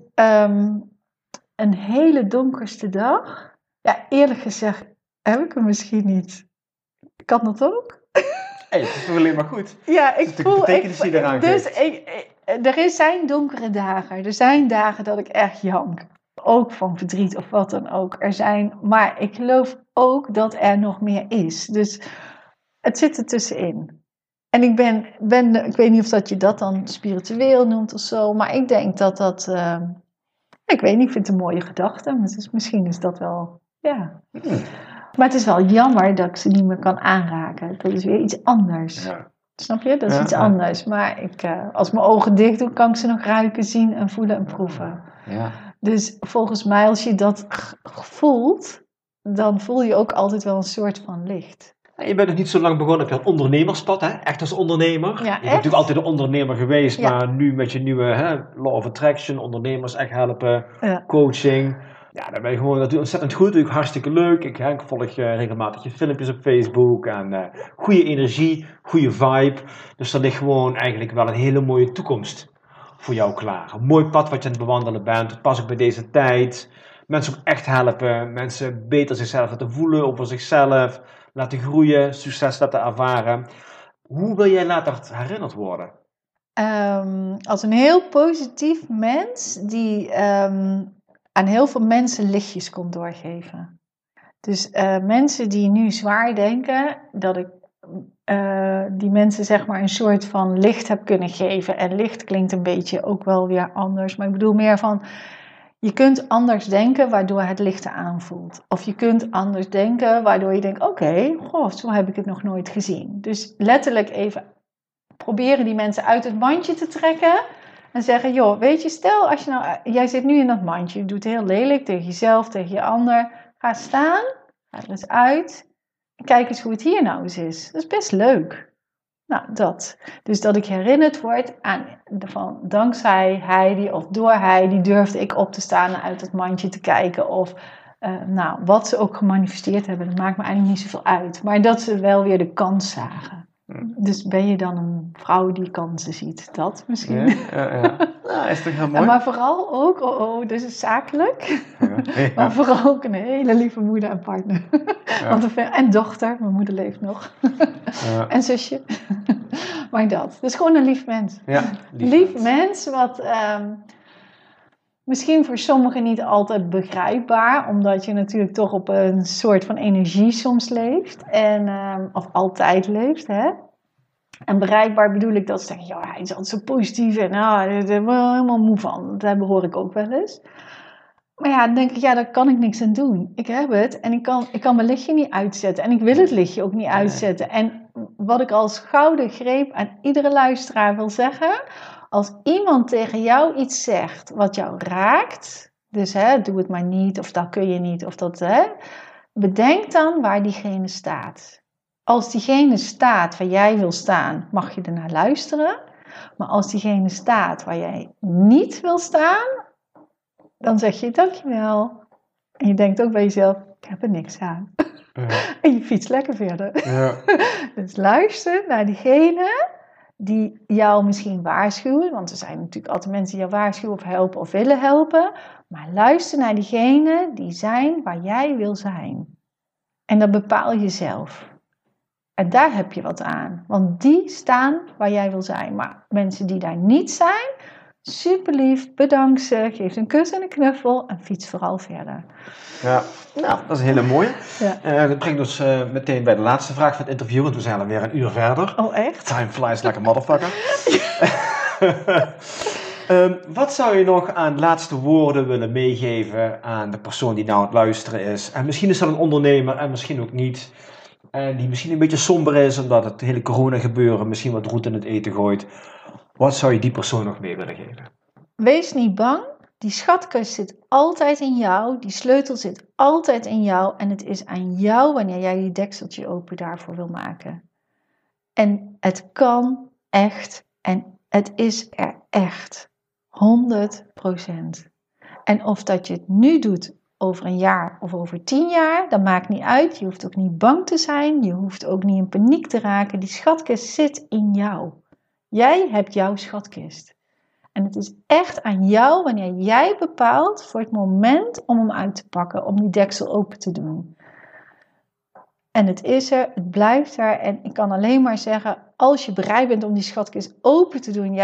een hele donkerste dag. Ja, eerlijk gezegd heb ik hem misschien niet. Kan dat ook? Hey, het is toch alleen maar goed. Ja, ik voel... Er Dus zijn donkere dagen. Er zijn dagen dat ik echt jank. Ook van verdriet of wat dan ook. Maar ik geloof ook dat er nog meer is. Dus het zit er tussenin. En ik weet niet of dat je dat dan spiritueel noemt of zo. Maar ik denk dat ik weet niet, ik vind het een mooie gedachte. Dus misschien is dat wel... Ja. Maar het is wel jammer dat ik ze niet meer kan aanraken. Dat is weer iets anders. Ja. Snap je? Dat is iets anders. Maar als mijn ogen dicht doe, kan ik ze nog ruiken, zien en voelen en proeven. Ja. Dus volgens mij, als je dat voelt, dan voel je ook altijd wel een soort van licht. Je bent nog niet zo lang begonnen op je ondernemerspad, hè? Echt als ondernemer. Ja, je bent natuurlijk altijd een ondernemer geweest, maar nu met je nieuwe Law of Attraction, ondernemers echt helpen, coaching. Ja, dan ben je gewoon natuurlijk ontzettend goed, natuurlijk hartstikke leuk. Ik volg regelmatig je filmpjes op Facebook en goede energie, goede vibe. Dus er ligt gewoon eigenlijk wel een hele mooie toekomst voor jou klaar. Een mooi pad wat je aan het bewandelen bent, pas ook bij deze tijd. Mensen ook echt helpen, mensen beter zichzelf laten voelen over zichzelf. laten groeien, succes laten ervaren. Hoe wil jij later herinnerd worden? Als een heel positief mens die aan heel veel mensen lichtjes kon doorgeven. Dus mensen die nu zwaar denken, dat ik die mensen zeg maar een soort van licht heb kunnen geven. En licht klinkt een beetje ook wel weer anders, maar ik bedoel meer van, je kunt anders denken waardoor het licht aanvoelt. Of je kunt anders denken waardoor je denkt, oké, zo heb ik het nog nooit gezien. Dus letterlijk even proberen die mensen uit het mandje te trekken. En zeggen, joh, weet je, stel als je nou, jij zit nu in dat mandje. Je doet heel lelijk tegen jezelf, tegen je ander. Ga staan, ga er eens uit. En kijk eens hoe het hier nou eens is. Dat is best leuk. Nou, dat. Dus dat ik herinnerd word aan, van dankzij Heidi of door Heidi durfde ik op te staan en uit het mandje te kijken. Of wat ze ook gemanifesteerd hebben, dat maakt me eigenlijk niet zoveel uit. Maar dat ze wel weer de kans zagen. Dus ben je dan een vrouw die kansen ziet? Dat misschien. Ja. Nou, is toch heel mooi. Maar vooral ook, dus is zakelijk. Ja. Maar vooral ook een hele lieve moeder en partner. Ja. En dochter, mijn moeder leeft nog. Ja. En zusje. Maar dat. Dus gewoon een lief mens. Ja, lief mens wat misschien voor sommigen niet altijd begrijpbaar. Omdat je natuurlijk toch op een soort van energie soms leeft. Of altijd leeft, hè. En bereikbaar bedoel ik dat ze zeggen, ja, hij is altijd zo positief en daar ben ik helemaal moe van. Dat hoor ik ook wel eens. Maar ja, dan denk ik, ja, daar kan ik niks aan doen. Ik heb het en ik kan mijn lichtje niet uitzetten. En ik wil het lichtje ook niet uitzetten. En wat ik als gouden greep aan iedere luisteraar wil zeggen, als iemand tegen jou iets zegt wat jou raakt, dus doe het maar niet, of dat kun je niet, of dat, bedenk dan waar diegene staat. Als diegene staat waar jij wil staan, mag je ernaar luisteren. Maar als diegene staat waar jij niet wil staan, dan zeg je dankjewel. En je denkt ook bij jezelf, ik heb er niks aan. Ja. En je fietst lekker verder. Ja. Dus luister naar diegene die jou misschien waarschuwen. Want er zijn natuurlijk altijd mensen die jou waarschuwen of helpen of willen helpen. Maar luister naar diegene die zijn waar jij wil zijn. En dat bepaal je zelf. En daar heb je wat aan. Want die staan waar jij wil zijn. Maar mensen die daar niet zijn, super lief, bedank ze, geef een kus en een knuffel en fiets vooral verder. Ja, nou, dat is een hele mooie. Ja. Dat brengt ons meteen bij de laatste vraag van het interview, want we zijn alweer een uur verder. Oh, echt? Time flies like a motherfucker. Wat zou je nog aan laatste woorden willen meegeven aan de persoon die nou aan het luisteren is? En misschien is dat een ondernemer en misschien ook niet. En die misschien een beetje somber is, omdat het hele corona gebeuren misschien wat roet in het eten gooit. Wat zou je die persoon nog mee willen geven? Wees niet bang. Die schatkist zit altijd in jou. Die sleutel zit altijd in jou. En het is aan jou wanneer jij je dekseltje open daarvoor wil maken. En het kan echt. En het is er echt. 100%. En of dat je het nu doet over een jaar of over 10 jaar, dat maakt niet uit. Je hoeft ook niet bang te zijn. Je hoeft ook niet in paniek te raken. Die schatkist zit in jou. Jij hebt jouw schatkist. En het is echt aan jou wanneer jij bepaalt voor het moment om hem uit te pakken, om die deksel open te doen. En het is er, het blijft er. En ik kan alleen maar zeggen, als je bereid bent om die schatkist open te doen,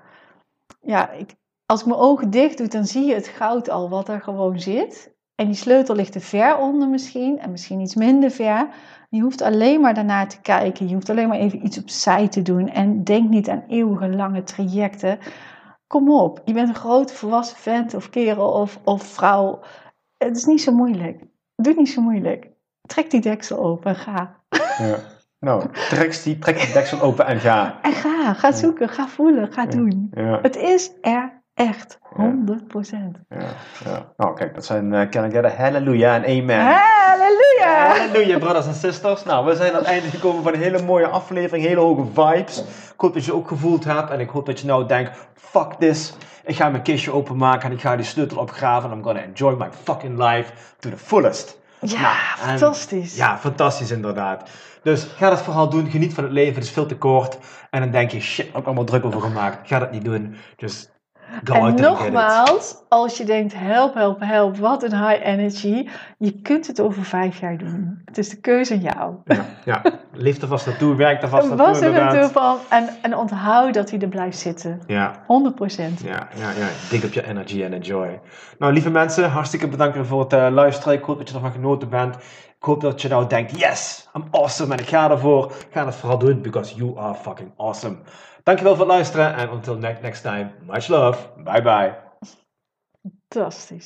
als ik mijn ogen dicht doe, dan zie je het goud al wat er gewoon zit. En die sleutel ligt er ver onder misschien, en misschien iets minder ver. Je hoeft alleen maar daarnaar te kijken. Je hoeft alleen maar even iets opzij te doen. En denk niet aan eeuwige lange trajecten. Kom op, je bent een grote volwassen vent of kerel of vrouw. Het is niet zo moeilijk. Doe het niet zo moeilijk. Trek die deksel open en ga. Ja. Nou, trek die deksel open en ga. En ga zoeken, ga voelen, ga doen. Ja. Het is er echt, 100%. Ja. Nou kijk, dat zijn can I get a halleluja en amen. Halleluja! Halleluja, brothers en sisters. Nou, we zijn aan het einde gekomen van een hele mooie aflevering, hele hoge vibes. Ik hoop dat je ook gevoeld hebt en ik hoop dat je nou denkt, fuck this. Ik ga mijn kistje openmaken en ik ga die sleutel opgraven en I'm gonna enjoy my fucking life to the fullest. Ja, fantastisch. Ja, fantastisch inderdaad. Dus ga dat vooral doen, geniet van het leven, het is veel te kort. En dan denk je, shit, heb ik allemaal druk over gemaakt. Ga dat niet doen. Dus En nogmaals, als je denkt, help, wat een high energy. Je kunt het over 5 jaar doen. Het is de keuze aan jou. Ja. Leef er vast naartoe, werk er vast naartoe. Was er naartoe van, en onthoud dat hij er blijft zitten. Ja. 100%. Ja. Dig up your energy and enjoy. Nou, lieve mensen, hartstikke bedankt voor het luisteren. Ik hoop dat je ervan genoten bent. Ik hoop dat je nou denkt, yes, I'm awesome en ik ga ervoor. Ga het vooral doen, because you are fucking awesome. Dankjewel voor het luisteren en until next time, much love. Bye bye. Fantastisch.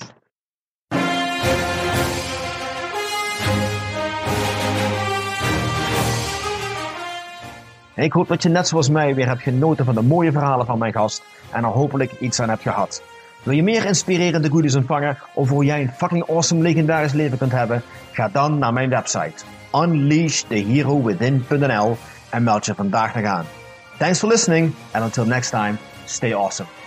Ik hoop dat je net zoals mij weer hebt genoten van de mooie verhalen van mijn gast en er hopelijk iets aan hebt gehad. Wil je meer inspirerende goodies ontvangen over hoe jij een fucking awesome legendarisch leven kunt hebben? Ga dan naar mijn website unleashtheherowithin.nl en meld je vandaag nog aan. Thanks for listening and until next time, stay awesome.